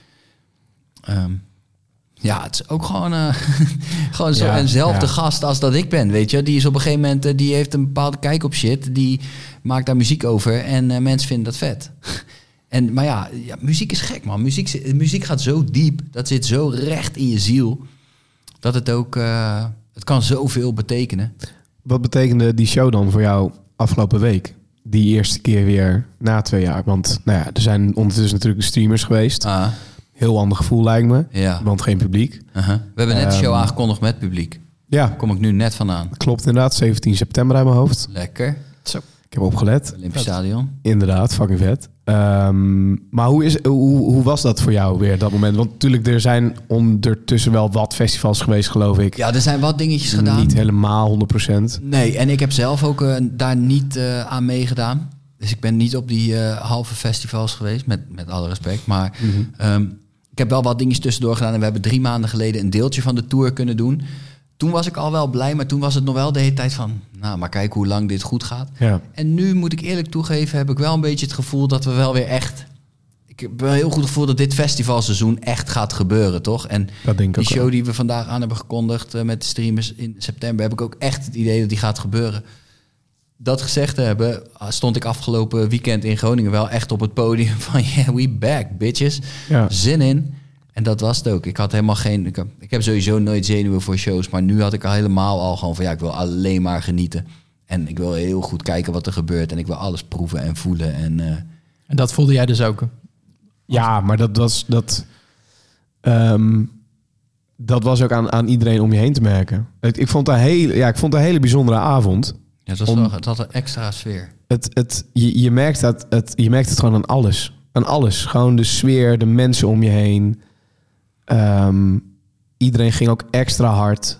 het is ook gewoon, gewoon zo eenzelfde gast als dat ik ben, weet je. Die is op een gegeven moment, die heeft een bepaalde kijk op shit. Die maakt daar muziek over en mensen vinden dat vet. Maar muziek is gek, man. Muziek gaat zo diep, dat zit zo recht in je ziel, dat het ook, het kan zoveel betekenen. Wat betekende die show dan voor jou afgelopen week? Die eerste keer weer na 2 jaar. Want er zijn ondertussen natuurlijk de streamers geweest. Heel ander gevoel lijkt me, want geen publiek. We hebben net de show aangekondigd met publiek. Ja. Daar kom ik nu net vandaan. Klopt inderdaad, 17 september uit mijn hoofd. Lekker. Zo. Ik heb opgelet. Olympisch Stadion. Inderdaad, fucking vet. Maar hoe was dat voor jou weer, dat moment? Want natuurlijk, er zijn ondertussen wel wat festivals geweest, geloof ik. Ja, er zijn wat dingetjes gedaan. Niet helemaal 100%. Nee, en ik heb zelf ook daar niet aan meegedaan. Dus ik ben niet op die halve festivals geweest, met alle respect. Maar ik heb wel wat dingetjes tussendoor gedaan. En we hebben 3 maanden geleden een deeltje van de tour kunnen doen. Toen was ik al wel blij, maar toen was het nog wel de hele tijd van... nou, maar kijk hoe lang dit goed gaat. Ja. En nu, moet ik eerlijk toegeven, heb ik wel een beetje het gevoel dat we wel weer echt... Ik heb wel een heel goed gevoel dat dit festivalseizoen echt gaat gebeuren, toch? En dat denk ik die show wel. Die we vandaag aan hebben gekondigd met de streamers in september... heb ik ook echt het idee dat die gaat gebeuren. Dat gezegd te hebben, stond ik afgelopen weekend in Groningen wel echt op het podium van... yeah, we back, bitches. Ja. Zin in. En dat was het ook. Ik had helemaal geen... Ik heb sowieso nooit zenuwen voor shows. Maar nu had ik al helemaal al gewoon van... ja, ik wil alleen maar genieten. En ik wil heel goed kijken wat er gebeurt. En ik wil alles proeven en voelen. En dat voelde jij dus ook? Ja, maar dat was ook aan iedereen om je heen te merken. Ik vond het een hele bijzondere avond. Ja, het had een extra sfeer. Je merkt het gewoon aan alles. Aan alles. Gewoon de sfeer, de mensen om je heen... iedereen ging ook extra hard.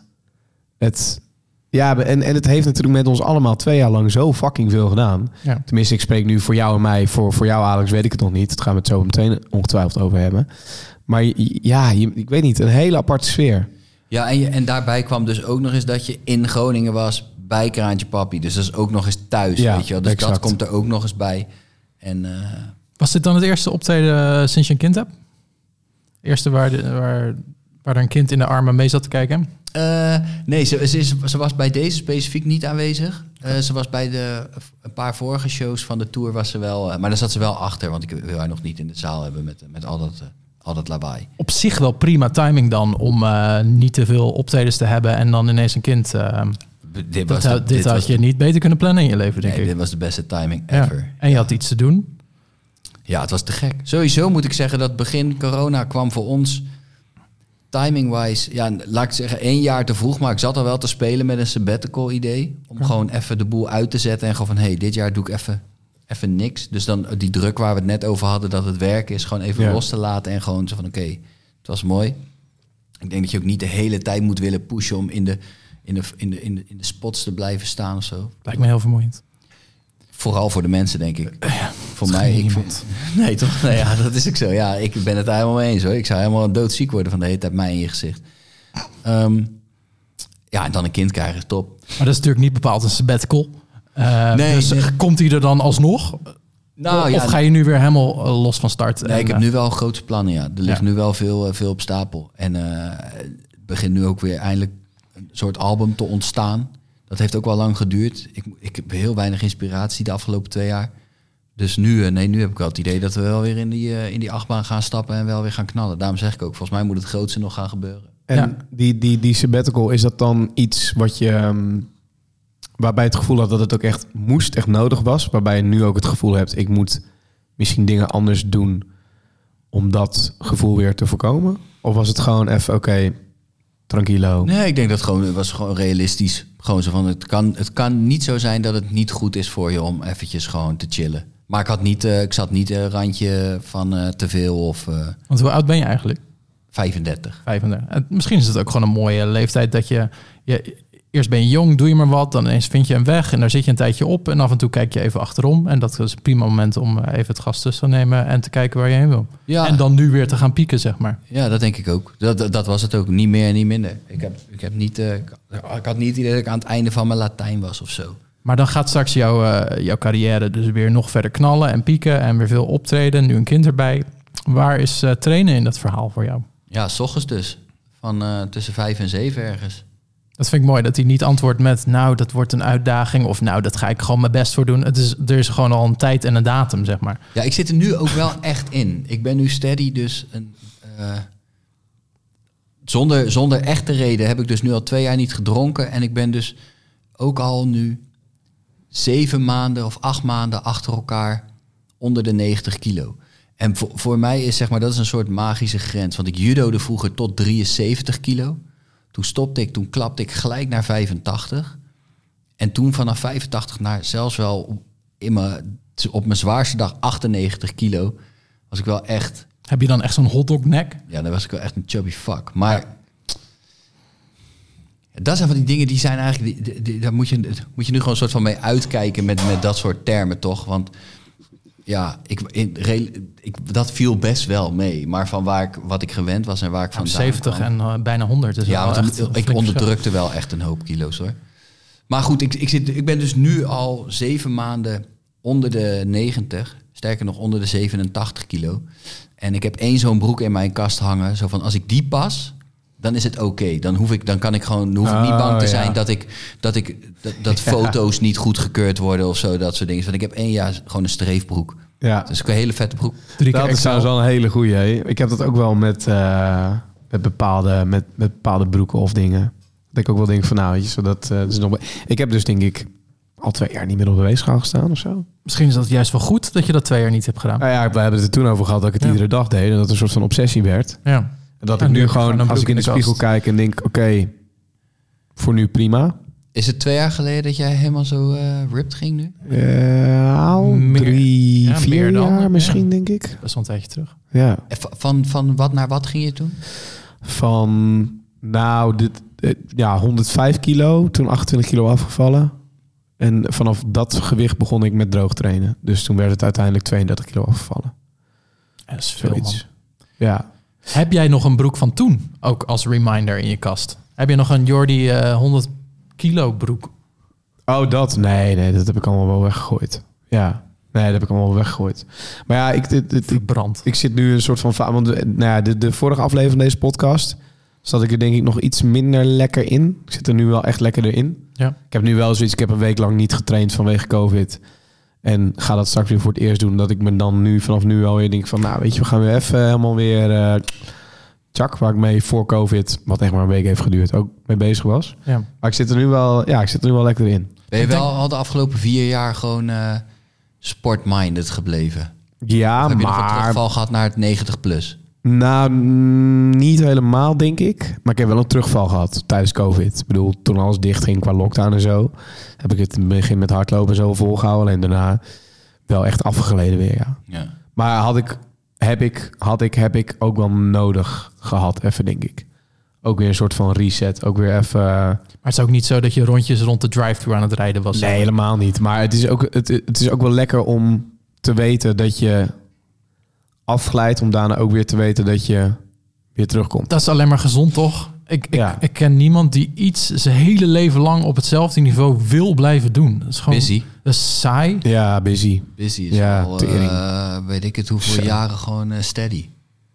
En het heeft natuurlijk met ons allemaal 2 jaar lang zo fucking veel gedaan. Ja. Tenminste, ik spreek nu voor jou en mij. Voor jou, Alex, weet ik het nog niet. Dat gaan we het zo meteen ongetwijfeld over hebben. Maar ik weet niet. Een hele aparte sfeer. Ja, en daarbij kwam dus ook nog eens dat je in Groningen was bij Kraantje Papi. Dus dat is ook nog eens thuis, weet je wel. Dus exact. Dat komt er ook nog eens bij. Was dit dan het eerste optreden sinds je een kind hebt? Eerste waar er een kind in de armen mee zat te kijken? Nee, ze was bij deze specifiek niet aanwezig. Ze was bij een paar vorige shows van de tour was ze wel... maar daar zat ze wel achter, want ik wil haar nog niet in de zaal hebben met al dat lawaai. Op zich wel prima timing dan om niet te veel optredens te hebben en dan ineens een kind... Dit had je niet beter kunnen plannen in je leven, denk ik. Dit was de beste timing ever. Ja. En je had iets te doen. Ja, het was te gek. Sowieso moet ik zeggen dat begin corona kwam voor ons... timing-wise, ja, laat ik zeggen 1 jaar te vroeg... maar ik zat al wel te spelen met een sabbatical idee... om gewoon even de boel uit te zetten... en gewoon van, dit jaar doe ik even niks. Dus dan die druk waar we het net over hadden... dat het werk is, gewoon even los te laten... en gewoon zo van, oké, het was mooi. Ik denk dat je ook niet de hele tijd moet willen pushen... om in de spots te blijven staan of zo. Lijkt me heel vermoeiend. Vooral voor de mensen, denk ik. Ja, voor mij, nee, toch? Nee, ja, dat is ook zo. Ja, ik ben het helemaal mee eens, hoor. Ik zou helemaal doodziek worden van de hele tijd mij in je gezicht. Ja, en dan een kind krijgen is top. Maar dat is natuurlijk niet bepaald een sabbatical. Komt hij er dan alsnog? Nou, of ga je nu weer helemaal los van start? Nee, ik heb nu wel grote plannen, ja. Er ligt nu wel veel op stapel. En het begint nu ook weer eindelijk een soort album te ontstaan. Dat heeft ook wel lang geduurd. Ik heb heel weinig inspiratie de afgelopen 2 jaar. Dus nu heb ik wel het idee dat we wel weer in die achtbaan gaan stappen en wel weer gaan knallen. Daarom zeg ik ook, volgens mij moet het grootste nog gaan gebeuren. En die sabbatical, is dat dan iets wat je... waarbij het gevoel had dat het ook echt moest, echt nodig was? Waarbij je nu ook het gevoel hebt, ik moet misschien dingen anders doen om dat gevoel weer te voorkomen? Of was het gewoon even, oké, tranquilo? Nee, ik denk dat het was gewoon realistisch. Gewoon zo van, het kan niet zo zijn dat het niet goed is voor je om eventjes gewoon te chillen. Maar ik zat niet randje van te veel of... Want hoe oud ben je eigenlijk? 35. En misschien is het ook gewoon een mooie leeftijd dat je Eerst ben je jong, doe je maar wat. Dan ineens vind je een weg en daar zit je een tijdje op. En af en toe kijk je even achterom. En dat is een prima moment om even het gas tussen te nemen en te kijken waar je heen wil. Ja. En dan nu weer te gaan pieken, zeg maar. Ja, dat denk ik ook. Dat was het ook. Niet meer en niet minder. Ik had niet het idee dat ik aan het einde van mijn Latijn was of zo. Maar dan gaat straks jouw carrière dus weer nog verder knallen en pieken. En weer veel optreden. Nu een kind erbij. Waar is trainen in dat verhaal voor jou? Ja, 's ochtends dus. Van tussen 5 en 7 ergens. Dat vind ik mooi, dat hij niet antwoordt met... nou, dat wordt een uitdaging of nou, dat ga ik gewoon mijn best voor doen. Er is gewoon al een tijd en een datum, zeg maar. Ja, ik zit er nu ook wel echt in. Ik ben nu steady, dus... Zonder echte reden heb ik dus nu al 2 jaar niet gedronken. En ik ben dus ook al nu 7 maanden of 8 maanden achter elkaar onder de 90 kilo. En voor mij is, zeg maar, dat is een soort magische grens. Want ik judode vroeger tot 73 kilo. Toen stopte ik, toen klapte ik gelijk naar 85. En toen vanaf 85 naar zelfs wel op mijn zwaarste dag 98 kilo. Was ik wel echt... Heb je dan echt zo'n hotdog nek? Ja, dan was ik wel echt een chubby fuck. Maar dat zijn van die dingen die zijn eigenlijk... Daar moet je nu gewoon een soort van mee uitkijken met dat soort termen, toch? Want ja, dat viel best wel mee. Maar van wat ik gewend was en waar ik vandaan 70 kwam. En bijna 100. Is ja, wel echt ik onderdrukte wel echt een hoop kilo's, hoor. Maar goed, ik ben dus nu al 7 maanden onder de 90. Sterker nog, onder de 87 kilo. En ik heb 1 zo'n broek in mijn kast hangen. Zo van, als ik die pas, dan is het oké. Dan hoef ik niet bang te zijn dat foto's niet goedgekeurd worden of zo. Dat soort dingen. Want ik heb 1 jaar gewoon een streefbroek. Ja. Dus een hele vette broek. Dat is trouwens wel een hele goeie. Hè? Ik heb dat ook wel met bepaalde broeken of dingen. Dat ik ook wel denk van, nou, weet je, zodat is nog. Ik heb dus denk ik al 2 jaar niet meer op de weegschaal gestaan of zo. Misschien is dat juist wel goed dat je dat 2 jaar niet hebt gedaan. Nou ja, we hebben het er toen over gehad dat ik het iedere dag deed. En dat het een soort van obsessie werd. Ja. En dat ik nu gewoon, als ik in de spiegel kijk en denk, oké, voor nu prima. Is het 2 jaar geleden dat jij helemaal zo ripped ging nu? 4 jaar misschien, denk ik. Best wel een tijdje terug. Ja. Van wat naar wat ging je toen? Van, 105 kilo, toen 28 kilo afgevallen. En vanaf dat gewicht begon ik met droog trainen. Dus toen werd het uiteindelijk 32 kilo afgevallen. Dat is veel, man. Ja. Heb jij nog een broek van toen? Ook als reminder in je kast? Heb je nog een Jordi 100 kilo broek? Oh, dat? Nee, dat heb ik allemaal wel weggegooid. Ja, nee, dat heb ik allemaal wel weggegooid. Maar ja, ik zit nu een soort van... Want de vorige aflevering van deze podcast zat ik er denk ik nog iets minder lekker in. Ik zit er nu wel echt lekkerder in. Ja. Ik heb nu wel zoiets... Ik heb een week lang niet getraind vanwege COVID. En ga dat straks weer voor het eerst doen. Dat ik me dan vanaf nu alweer denk van... Nou, weet je, we gaan weer even helemaal weer... waar ik mee voor COVID, wat echt maar een week heeft geduurd, ook mee bezig was. Ja. Maar ik zit er nu wel lekker in. Ben je wel al de afgelopen 4 jaar gewoon sportminded gebleven? Ja, of heb je maar... nog een terugval gehad naar het 90 plus? Nou, niet helemaal, denk ik. Maar ik heb wel een terugval gehad tijdens COVID. Ik bedoel, toen alles dicht ging qua lockdown en zo, heb ik het in het begin met hardlopen zo volgehouden. En daarna wel echt afgeleden weer, ja. Maar heb ik ook wel nodig gehad, even, denk ik. Ook weer een soort van reset. Ook weer even... Maar het is ook niet zo dat je rondjes rond de drive-thru aan het rijden was? Nee, helemaal niet. Maar het is ook wel lekker om te weten dat je afglijdt, om daarna ook weer te weten dat je weer terugkomt. Dat is alleen maar gezond, toch? Ik ken niemand die iets zijn hele leven lang op hetzelfde niveau wil blijven doen. Dat is gewoon... Busy. Dat is saai. Ja, busy. Busy is al, weet ik het, hoeveel jaren gewoon steady.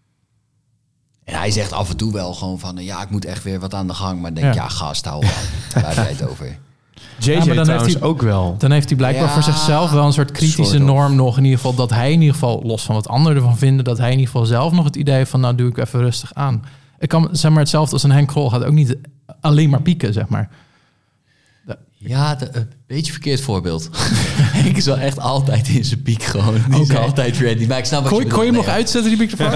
En hij zegt af en toe wel gewoon van... ik moet echt weer wat aan de gang. Maar denk, gast, hou op. Waar heb je het over? JJ maar dan trouwens ook wel. Dan heeft hij blijkbaar voor zichzelf wel een soort kritische norm nog. In ieder geval dat hij in ieder geval, los van wat anderen ervan vinden... dat hij in ieder geval zelf nog het idee van... nou, doe ik even rustig aan. Ik kan, zeg maar, hetzelfde als een Henk Grol gaat ook niet alleen maar pieken, zeg maar. Ja, een beetje verkeerd voorbeeld. Henk is wel echt altijd in zijn piek gewoon. Die is altijd ready. Maar ik snap wat je bedoelt. Kon je hem nog uitzetten, die microfoon?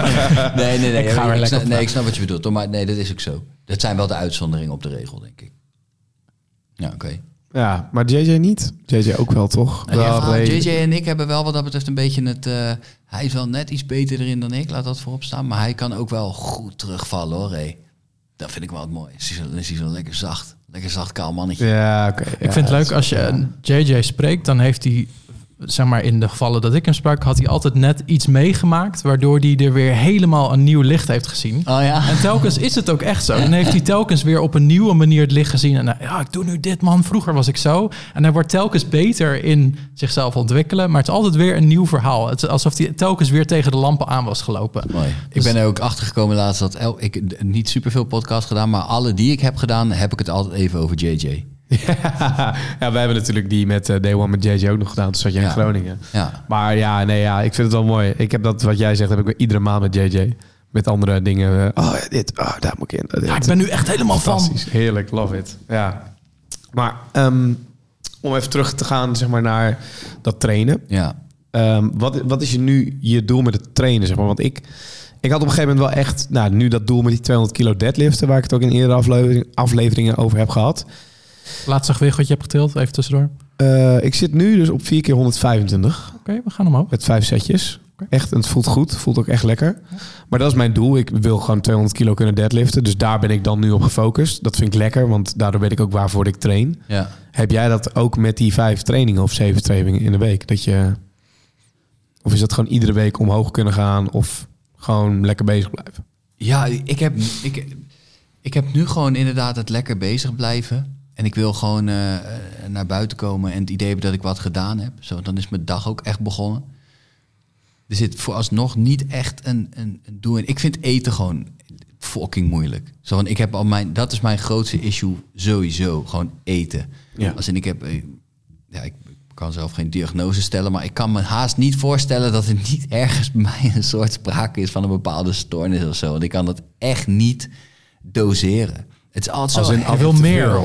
Nee, ik snap wat je bedoelt. Maar nee, dat is ook zo. Dat zijn wel de uitzonderingen op de regel, denk ik. Ja, oké. Ja, maar JJ niet. JJ ook wel, toch? JJ en ik hebben wel wat dat betreft een beetje het... hij is wel net iets beter erin dan ik, laat dat voorop staan. Maar hij kan ook wel goed terugvallen, hoor. Hey. Dat vind ik wel het mooie. Dan is hij zo lekker zacht. Lekker zacht kaal mannetje. Ja, oké. Ik vind het leuk als je JJ spreekt, dan heeft hij, zeg maar in de gevallen dat ik hem sprak, had hij altijd net iets meegemaakt, waardoor hij er weer helemaal een nieuw licht heeft gezien. Oh ja? En telkens is het ook echt zo. Dan heeft hij telkens weer op een nieuwe manier het licht gezien. En ik doe nu dit, man. Vroeger was ik zo. En hij wordt telkens beter in zichzelf ontwikkelen. Maar het is altijd weer een nieuw verhaal. Het is alsof hij telkens weer tegen de lampen aan was gelopen. Mooi. Ik ben er ook achter gekomen laatst dat ik niet superveel podcasts gedaan, maar alle die ik heb gedaan, heb ik het altijd even over JJ. Ja, wij hebben natuurlijk die met Day One met JJ ook nog gedaan. Toen zat je in Groningen. Ja. Maar ik vind het wel mooi. Ik heb dat, wat jij zegt, heb ik iedere maand met JJ. Met andere dingen. Daar moet ik in. Ik ben nu echt helemaal fantastisch. van. Heerlijk, love it. Ja. Maar om even terug te gaan, zeg maar, naar dat trainen. Ja. Wat is nu je doel met het trainen, zeg maar? Want ik had op een gegeven moment wel echt, nu dat doel met die 200 kilo deadliften, waar ik het ook in eerdere afleveringen over heb gehad. Laatste gewicht wat je hebt getild, even tussendoor. Ik zit nu dus op 4 keer 125. Oké, we gaan omhoog. Met 5 setjes. Okay. Echt, en het voelt goed. Het voelt ook echt lekker. Maar dat is mijn doel. Ik wil gewoon 200 kilo kunnen deadliften. Dus daar ben ik dan nu op gefocust. Dat vind ik lekker, want daardoor weet ik ook waarvoor ik train. Ja. Heb jij dat ook met die 5 trainingen of 7 trainingen in de week? Of is dat gewoon iedere week omhoog kunnen gaan of gewoon lekker bezig blijven? Ja, ik heb nu gewoon inderdaad het lekker bezig blijven. En ik wil gewoon naar buiten komen en het idee hebben dat ik wat gedaan heb. Zo, dan is mijn dag ook echt begonnen. Er zit vooralsnog niet echt een doel in. Ik vind eten gewoon fucking moeilijk. Zo, want ik heb dat is mijn grootste issue sowieso. Gewoon eten. Ja. Ik kan zelf geen diagnose stellen, maar ik kan me haast niet voorstellen dat er niet ergens bij mij een soort sprake is van een bepaalde stoornis of zo. Want ik kan dat echt niet doseren. Het is altijd zo. Je wil meer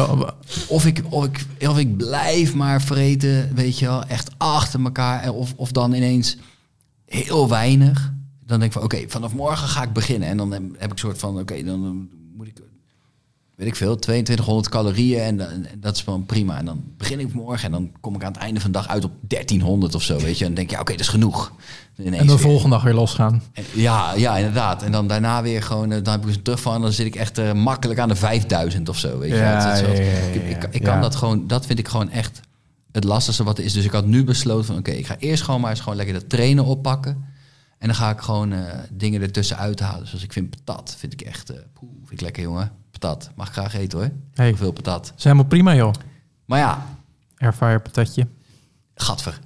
Of ik blijf maar vreten, weet je wel, echt achter elkaar. Of dan ineens heel weinig. Dan denk ik van, oké, vanaf morgen ga ik beginnen. En dan heb ik soort van, dan moet ik, weet ik veel, 2200 calorieën. En dat is gewoon prima. En dan begin ik morgen en dan kom ik aan het einde van de dag uit op 1300 of zo, weet je. En dan denk je, oké, dat is genoeg. En de volgende dag weer losgaan. Ja, inderdaad. En dan daarna weer gewoon, dan heb ik eens terug van, dan zit ik echt makkelijk aan de 5000 of zo, weet je. Ik kan dat gewoon, dat vind ik gewoon echt het lastigste wat er is. Dus ik had nu besloten van, ik ga eerst gewoon maar eens gewoon lekker dat trainen oppakken. En dan ga ik gewoon dingen ertussen uithalen. Zoals ik vind patat, vind ik echt, vind ik lekker, jongen. Patat, mag ik graag eten hoor. Hey, veel patat. Is helemaal prima, joh. Maar ja. Airfryer patatje. Gadver.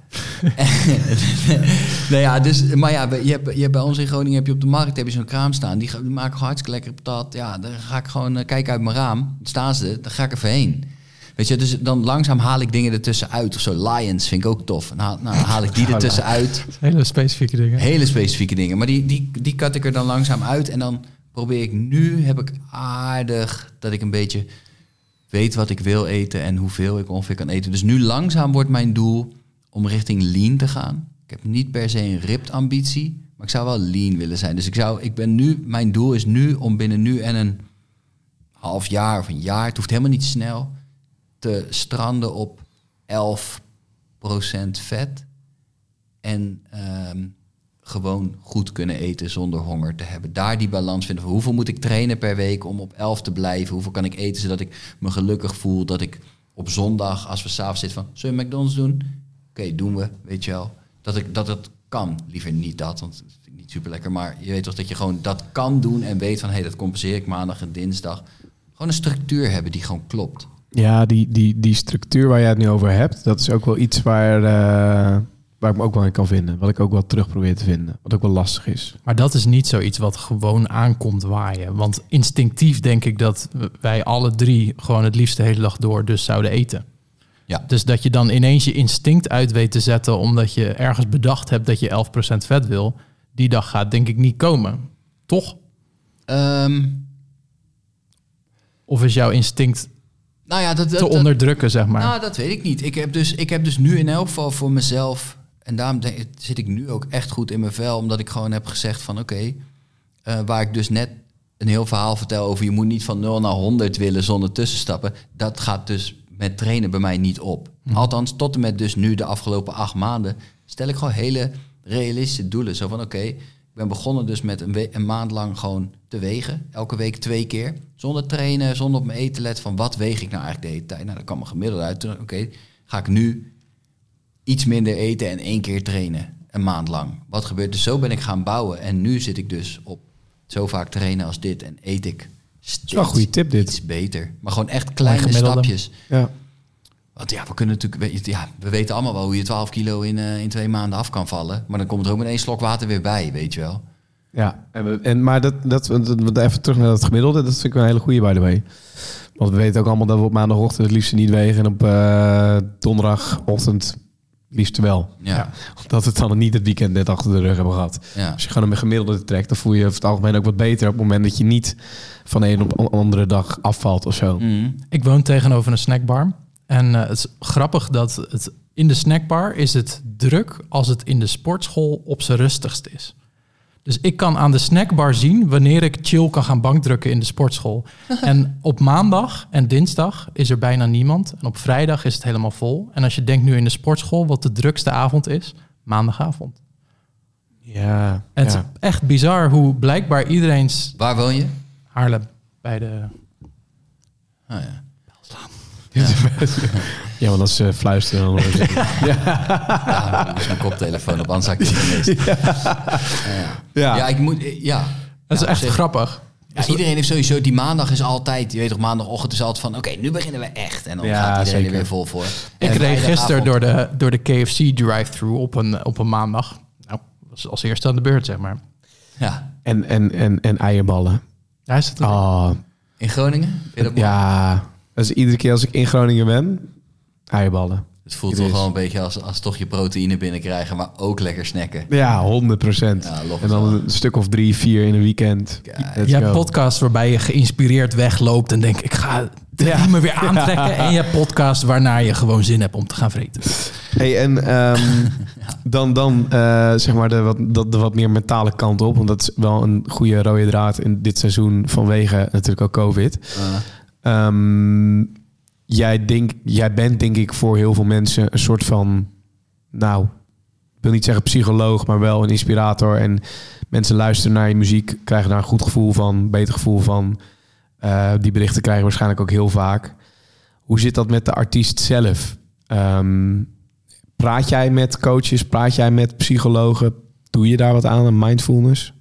Nou ja, dus, maar ja, je hebt bij ons in Groningen heb je op de markt heb je zo'n kraam staan. Die maken gewoon hartstikke lekker patat. Ja, dan ga ik gewoon kijken uit mijn raam. Dan staan ze, dan ga ik even heen. Weet je, dus dan langzaam haal ik dingen ertussen uit. Of zo, Lions vind ik ook tof. Dan haal ik die ertussen uit. Hele specifieke dingen. Hele specifieke dingen. Maar die kat ik er dan langzaam uit. En dan probeer ik nu, heb ik aardig dat ik een beetje weet wat ik wil eten en hoeveel ik ongeveer kan eten. Dus nu langzaam wordt mijn doel om richting lean te gaan. Ik heb niet per se een ripped ambitie, maar ik zou wel lean willen zijn. Dus mijn doel is nu om binnen nu en een half jaar of een jaar, het hoeft helemaal niet snel, te stranden op 11% vet. En gewoon goed kunnen eten zonder honger te hebben. Daar die balans vinden. Hoeveel moet ik trainen per week om op 11 te blijven? Hoeveel kan ik eten zodat ik me gelukkig voel? Dat ik op zondag, als we 's avonds zitten van, zullen we McDonald's doen? Oké, doen we, weet je wel. Dat het kan. Liever niet dat, want het is niet super lekker. Maar je weet toch dat je gewoon dat kan doen en weet van, dat compenseer ik maandag en dinsdag. Gewoon een structuur hebben die gewoon klopt. Ja, die structuur waar jij het nu over hebt, dat is ook wel iets waar ik me ook wel in kan vinden. Wat ik ook wel terug probeer te vinden. Wat ook wel lastig is. Maar dat is niet zoiets wat gewoon aankomt waaien. Want instinctief denk ik dat wij alle drie gewoon het liefst de hele dag door dus zouden eten. Ja. Dus dat je dan ineens je instinct uit weet te zetten omdat je ergens bedacht hebt dat je 11% vet wil. Die dag gaat denk ik niet komen. Toch? Of is jouw instinct te onderdrukken, zeg maar? Nou, dat weet ik niet. Ik heb dus nu in elk geval voor mezelf, en daarom zit ik nu ook echt goed in mijn vel, omdat ik gewoon heb gezegd van waar ik dus net een heel verhaal vertel over je moet niet van 0 naar 100 willen zonder tussenstappen. Dat gaat dus met trainen bij mij niet op. Althans, tot en met dus nu de afgelopen 8 maanden stel ik gewoon hele realistische doelen. Zo van ben begonnen dus met een maand lang gewoon te wegen. Elke week 2 keer. Zonder trainen, zonder op mijn eten letten van wat weeg ik nou eigenlijk de hele tijd. Nou, dat kwam me gemiddeld uit. Toen, oké, ga ik nu iets minder eten en 1 keer trainen. Een maand lang. Wat gebeurt? Dus zo ben ik gaan bouwen. En nu zit ik dus op zo vaak trainen als dit. En eet ik steeds wel een goede tip, dit. iets beter. Maar gewoon echt kleine stapjes. Ja. Want ja, we kunnen natuurlijk... we weten allemaal wel hoe je 12 kilo in 2 maanden af kan vallen. Maar dan komt er ook met 1 slok water weer bij, weet je wel. Ja, maar even terug naar dat gemiddelde. Dat vind ik wel een hele goede, by the way. Want we weten ook allemaal dat we op maandagochtend het liefst niet wegen. En op donderdagochtend liefst wel. Ja. Dat we het dan niet het weekend net achter de rug hebben gehad. Ja. Als je gewoon een gemiddelde trekt, dan voel je over het algemeen ook wat beter op het moment dat je niet van de een op de andere dag afvalt of zo. Mm. Ik woon tegenover een snackbar. En het is grappig dat het in de snackbar is het druk als het in de sportschool op zijn rustigst is. Dus ik kan aan de snackbar zien wanneer ik chill kan gaan bankdrukken in de sportschool. En op maandag en dinsdag is er bijna niemand. En op vrijdag is het helemaal vol. En als je denkt nu in de sportschool wat de drukste avond is, maandagavond. Ja. En het is echt bizar hoe blijkbaar iedereen's... Waar woon je? Haarlem, bij de... Oh, ja. Ja, want dat is fluisteren. Ja, dus mijn koptelefoon op, anders had ik het gemist. Ja, ik moet... Ja. Dat is echt grappig. Ja, iedereen heeft sowieso... Die maandag is altijd... Je weet toch, maandagochtend is altijd van... Oké, nu beginnen we echt. En dan gaat iedereen er weer vol voor. Ik reed gisteren door de KFC drive-thru op een maandag. Nou, was als eerste aan de beurt, zeg maar. Ja. En eierballen. Ja, is dat er? In Groningen? Vind je dat mooi? Ja, dus iedere keer als ik in Groningen ben, eierballen. Het voelt toch wel een beetje als toch je proteïne binnenkrijgen, maar ook lekker snacken. Ja, 100%. Ja, en dan een stuk of 3, 4 in een weekend. Je hebt podcasts waarbij je geïnspireerd wegloopt en denkt, ik ga de riemen weer aantrekken. En je hebt podcasts waarna je gewoon zin hebt om te gaan vreten. Hey, en dan zeg maar de wat meer mentale kant op. Want dat is wel een goede rode draad in dit seizoen vanwege natuurlijk ook COVID. Jij bent denk ik voor heel veel mensen een soort van, nou, ik wil niet zeggen psycholoog, maar wel een inspirator. En mensen luisteren naar je muziek, krijgen daar een goed gevoel van, beter gevoel van. Die berichten krijgen we waarschijnlijk ook heel vaak. Hoe zit dat met de artiest zelf? Praat jij met coaches? Praat jij met psychologen? Doe je daar wat aan mindfulness?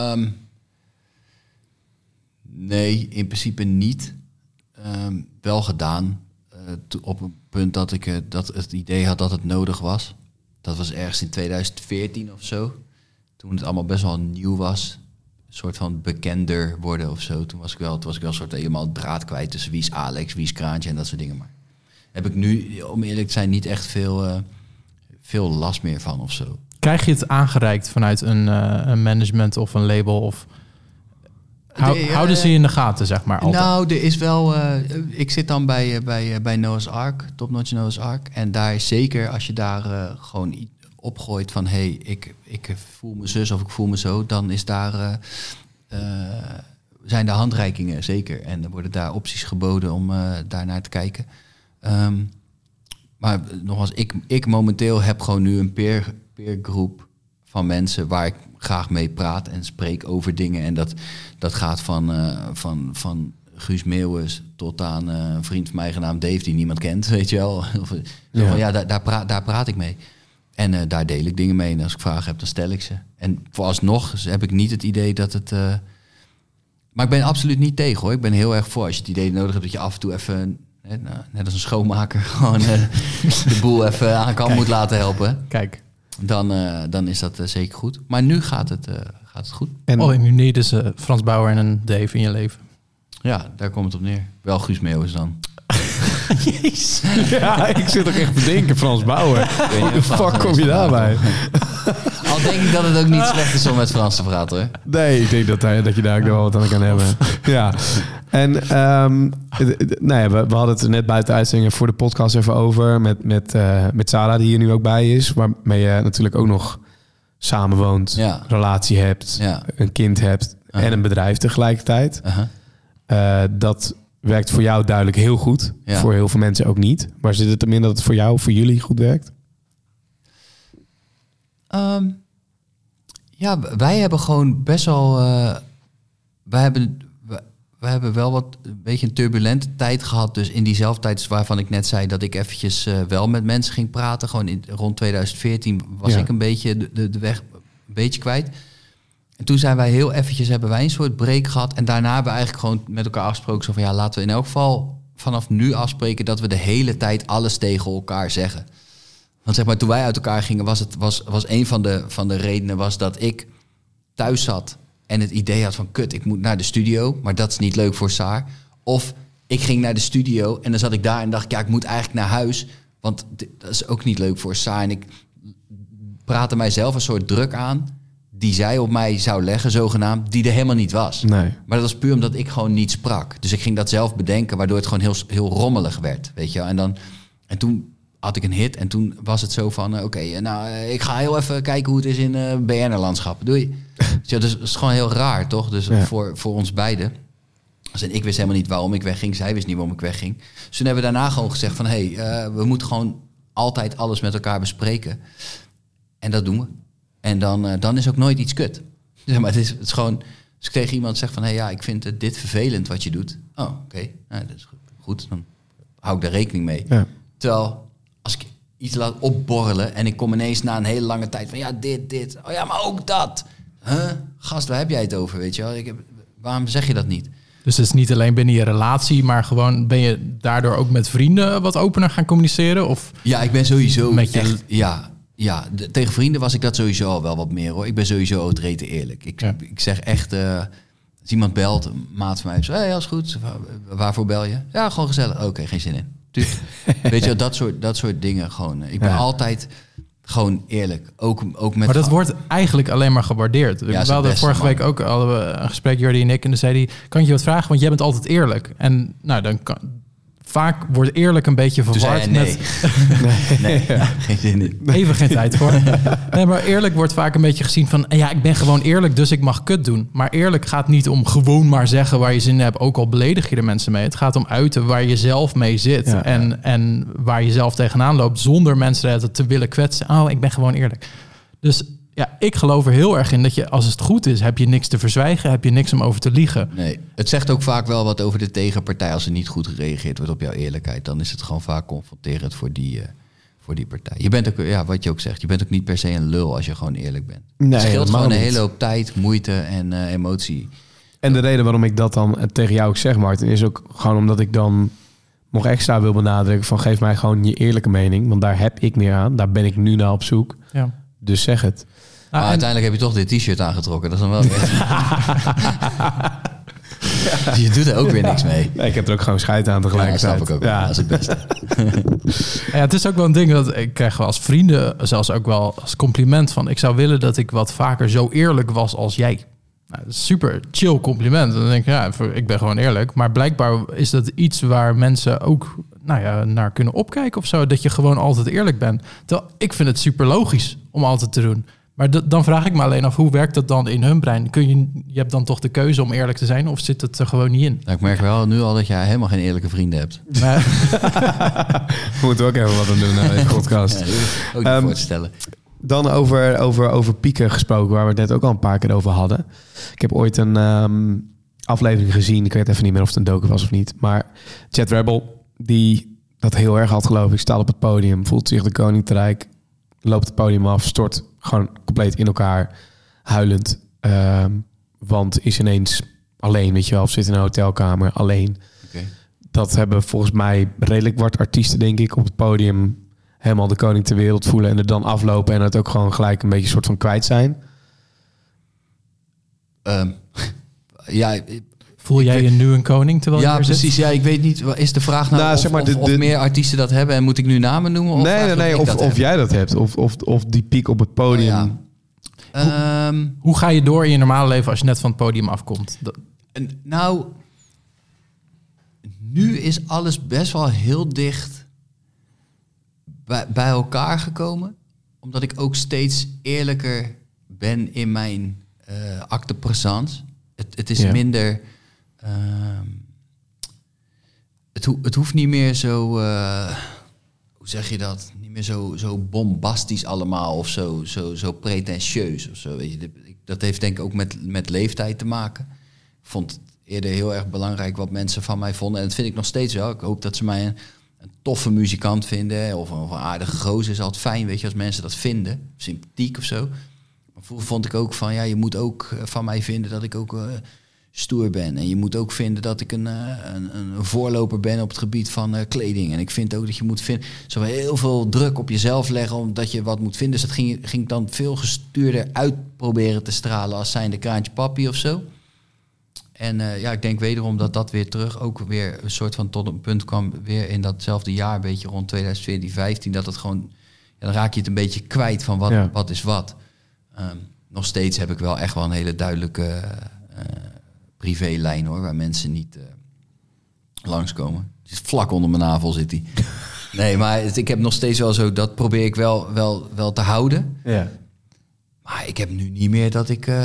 Nee, in principe niet. Wel gedaan. Op een punt dat ik dat het idee had dat het nodig was. Dat was ergens in 2014 of zo. Toen het allemaal best wel nieuw was. Een soort van bekender worden of zo. Toen was ik wel een soort helemaal draad kwijt tussen wie is Alex, wie is Kraantje en dat soort dingen. Maar heb ik nu, om eerlijk te zijn, niet echt veel last meer van of zo. Krijg je het aangereikt vanuit een management of een label? Of houden ze je in de gaten, zeg maar? Altijd? Nou, er is wel... ik zit dan bij Noah's Ark, Top Notch Noah's Ark. En daar is zeker, als je daar gewoon opgooit van... hey, ik voel me zus of ik voel me zo... dan is daar... zijn de handreikingen, zeker. En er worden daar opties geboden om daar naar te kijken. Maar nogmaals, ik momenteel heb gewoon nu een peergroep van mensen waar ik graag mee praat en spreek over dingen. En dat gaat van Guus Meeuwis tot aan een vriend van mij genaamd Dave die niemand kent, weet je wel. Daar praat ik mee. En daar deel ik dingen mee. En als ik vragen heb, dan stel ik ze. En vooralsnog heb ik niet het idee dat het... Maar ik ben absoluut niet tegen, hoor. Ik ben heel erg voor. Als je het idee nodig hebt dat je af en toe even... net als een schoonmaker gewoon de boel even aan kant moet laten helpen. Kijk. Dan is dat zeker goed. Maar nu gaat het goed. En nu niet dus Frans Bauer en een Dave in je leven. Ja, daar komt het op neer. Wel Guus Meeuwis dan. Jezus. Ja, ik zit ook echt te denken, Frans Bauer. Hoe de fuck kom je daarbij? Al denk ik dat het ook niet slecht is om met Frans te praten, hoor. Nee, ik denk dat je daar ook wel wat aan kan hebben. Ja. En we hadden het er net buiten de uitzending voor de podcast even over. Met Sarah, die hier nu ook bij is. Waarmee je natuurlijk ook nog samenwoont. Ja. Relatie hebt. Ja. Een kind hebt. En een bedrijf tegelijkertijd. Dat werkt voor jou duidelijk heel goed. Ja. Voor heel veel mensen ook niet. Maar zit het erin dat het voor jou, voor jullie goed werkt? Ja, wij hebben gewoon best wel... wij hebben wel een beetje een turbulente tijd gehad. Dus in diezelfde tijd waarvan ik net zei... dat ik eventjes wel met mensen ging praten. Gewoon rond 2014 was ik een beetje de weg een beetje kwijt. En toen zijn wij hebben wij een soort break gehad. En daarna hebben we eigenlijk gewoon met elkaar afgesproken... zo van laten we in elk geval vanaf nu afspreken... dat we de hele tijd alles tegen elkaar zeggen. Want zeg maar, toen wij uit elkaar gingen... was een van de redenen was dat ik thuis zat... en het idee had van, ik moet naar de studio... maar dat is niet leuk voor Saar. Of ik ging naar de studio en dan zat ik daar en dacht... ik moet eigenlijk naar huis, want dat is ook niet leuk voor Saar. En ik praatte mijzelf een soort druk aan... die zij op mij zou leggen, zogenaamd... die er helemaal niet was. Nee. Maar dat was puur omdat ik gewoon niet sprak. Dus ik ging dat zelf bedenken... waardoor het gewoon heel, heel rommelig werd, weet je. En toen had ik een hit en toen was het zo van... ik ga heel even kijken hoe het is in BN'er-landschap. Doei. Dus het is gewoon heel raar, toch? Dus voor ons beiden. Dus en ik wist helemaal niet waarom ik wegging. Zij wist niet waarom ik wegging. Dus toen hebben we daarna gewoon gezegd van... we moeten gewoon altijd alles met elkaar bespreken. En dat doen we. En dan is ook nooit iets kut. Zeg maar, het is gewoon... Als ik tegen iemand zeg van... ik vind dit vervelend wat je doet. Oh, oké. Nou, dat is goed. Dan hou ik daar rekening mee. Ja. Terwijl... als ik iets laat opborrelen en ik kom ineens na een hele lange tijd van dit. Oh ja, maar ook dat. Gast, waar heb jij het over, weet je wel? Waarom zeg je dat niet? Dus het is niet alleen binnen je relatie, maar gewoon ben je daardoor ook met vrienden wat opener gaan communiceren? Of ja, ik ben sowieso met je... echt... tegen vrienden was ik dat sowieso al wel wat meer, hoor. Ik ben sowieso het rete eerlijk. Ik zeg echt... als iemand belt, een maat van mij zegt... Hey, alles goed, waarvoor bel je? Ja, gewoon gezellig. Oké, geen zin in. Weet je, dat soort dingen gewoon. Ik ben altijd gewoon eerlijk. Ook met... Maar dat wordt eigenlijk alleen maar gewaardeerd. We hadden vorige week ook een gesprek, Jordi en ik, en dan zei hij... kan ik je wat vragen? Want jij bent altijd eerlijk. En nou, dan vaak wordt eerlijk een beetje verward met... Nee, geen zin in. Even geen tijd voor. Nee, maar eerlijk wordt vaak een beetje gezien van... ik ben gewoon eerlijk, dus ik mag kut doen. Maar eerlijk gaat niet om gewoon maar zeggen waar je zin in hebt... ook al beledig je de mensen mee. Het gaat om uiten waar je zelf mee zit. Ja. En waar je zelf tegenaan loopt... zonder mensen te willen kwetsen. Oh, ik ben gewoon eerlijk. Dus... ja, ik geloof er heel erg in dat je, als het goed is, heb je niks te verzwijgen, heb je niks om over te liegen. Nee, het zegt ook vaak wel wat over de tegenpartij. Als er niet goed gereageerd wordt op jouw eerlijkheid, dan is het gewoon vaak confronterend voor die partij. Je bent ook, wat je ook zegt, je bent ook niet per se een lul als je gewoon eerlijk bent. Nee, het scheelt gewoon een hele hoop tijd, moeite en emotie. En de reden waarom ik dat dan tegen jou ook zeg, Martin, is ook gewoon omdat ik dan nog extra wil benadrukken van geef mij gewoon je eerlijke mening, want daar heb ik meer aan. Daar ben ik nu naar op zoek. Ja. Dus zeg het. Maar uiteindelijk heb je toch dit t-shirt aangetrokken. Dat is dan wel... Je doet er ook weer niks mee. Nee, ik heb er ook gewoon scheid aan tegelijkertijd. Ja, dat snap ik ook. Ja. Dat is het beste. Het is ook wel een ding dat ik krijg wel als vrienden, zelfs ook wel als compliment van... ik zou willen dat ik wat vaker zo eerlijk was als jij. Nou, dat is super chill compliment. Dan denk ik, ik ben gewoon eerlijk. Maar blijkbaar is dat iets waar mensen ook naar kunnen opkijken of zo. Dat je gewoon altijd eerlijk bent. Terwijl ik vind het super logisch om altijd te doen. Maar dan vraag ik me alleen af, hoe werkt dat dan in hun brein? Je hebt dan toch de keuze om eerlijk te zijn of zit het er gewoon niet in? Nou, ik merk wel nu al dat jij helemaal geen eerlijke vrienden hebt. We moeten ook even wat aan doen naar deze podcast. Ja, ook niet voor te stellen. Dan over pieken gesproken, waar we het net ook al een paar keer over hadden. Ik heb ooit een aflevering gezien, ik weet even niet meer of het een docu was of niet. Maar Chad Rebel, die dat heel erg had geloof ik, staat op het podium, voelt zich de koning te rijk, loopt het podium af, stort gewoon compleet in elkaar, huilend. Want is ineens alleen, weet je wel, of zit in een hotelkamer, alleen. Okay. Dat hebben volgens mij redelijk wat artiesten, denk ik, op het podium helemaal de koning ter wereld voelen en er dan aflopen en het ook gewoon gelijk een beetje soort van kwijt zijn. Voel jij je nu een koning terwijl je er zit? Precies. Ja, ik weet niet. Is de vraag of meer artiesten dat hebben en moet ik nu namen noemen? Of jij dat hebt. Of die piek op het podium. Hoe ga je door in je normale leven als je net van het podium afkomt? Nou, nu is alles best wel heel dicht bij elkaar gekomen. Omdat ik ook steeds eerlijker ben in mijn acte présence. Het is minder... Het hoeft niet meer zo... hoe hoe zeg je dat? Niet meer zo bombastisch allemaal of zo pretentieus of zo. Weet je. Dat heeft denk ik ook met leeftijd te maken. Ik vond het eerder heel erg belangrijk wat mensen van mij vonden. En dat vind ik nog steeds wel. Ik hoop dat ze mij een toffe muzikant vinden. Of een aardige gozer is altijd fijn, weet je, als mensen dat vinden. Sympathiek of zo. Maar vroeger vond ik ook van, ja, je moet ook van mij vinden dat ik ook stoer ben. En je moet ook vinden dat ik een voorloper ben op het gebied van kleding. En ik vind ook dat je moet vinden, zo heel veel druk op jezelf leggen omdat je wat moet vinden. Dus dat ging dan veel gestuurder uit proberen te stralen als zijnde kraantje papi of zo. En ik denk wederom dat weer terug ook weer een soort van tot een punt kwam weer in datzelfde jaar, een beetje rond 2014, 15, dat het gewoon, dan raak je het een beetje kwijt van wat is wat. Nog steeds heb ik wel echt wel een hele duidelijke privélijn hoor, waar mensen niet langskomen. Het is vlak onder mijn navel zit die. Nee, maar ik heb nog steeds wel zo, dat probeer ik wel te houden. Ja. Maar ik heb nu niet meer dat ik...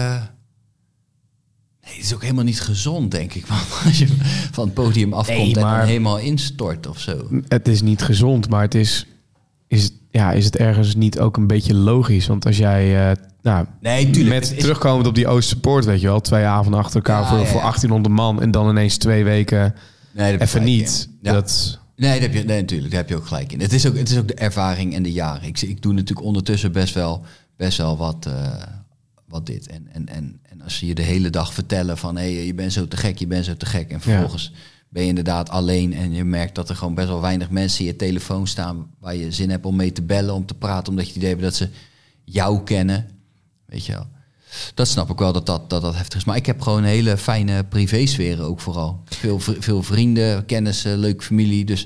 Nee, het is ook helemaal niet gezond, denk ik. Want als je van het podium afkomt en dan helemaal instort of zo. Het is niet gezond, maar het is het ergens niet ook een beetje logisch? Want als jij... terugkomend op die Oosterpoort, weet je wel, 2 avonden achter elkaar voor 1800 man en dan ineens 2 weken even niet. Ja. Nee, natuurlijk, daar heb je ook gelijk in. Het is ook de ervaring en de jaren. Ik doe natuurlijk ondertussen best wel wat dit. En als ze je de hele dag vertellen van je bent zo te gek. En vervolgens ben je inderdaad alleen en je merkt dat er gewoon best wel weinig mensen in je telefoon staan waar je zin hebt om mee te bellen, om te praten, omdat je het idee hebt dat ze jou kennen. Weet je wel. Dat snap ik wel dat heftig is. Maar ik heb gewoon een hele fijne privésferen ook vooral. Veel vrienden, kennissen, leuke familie. Dus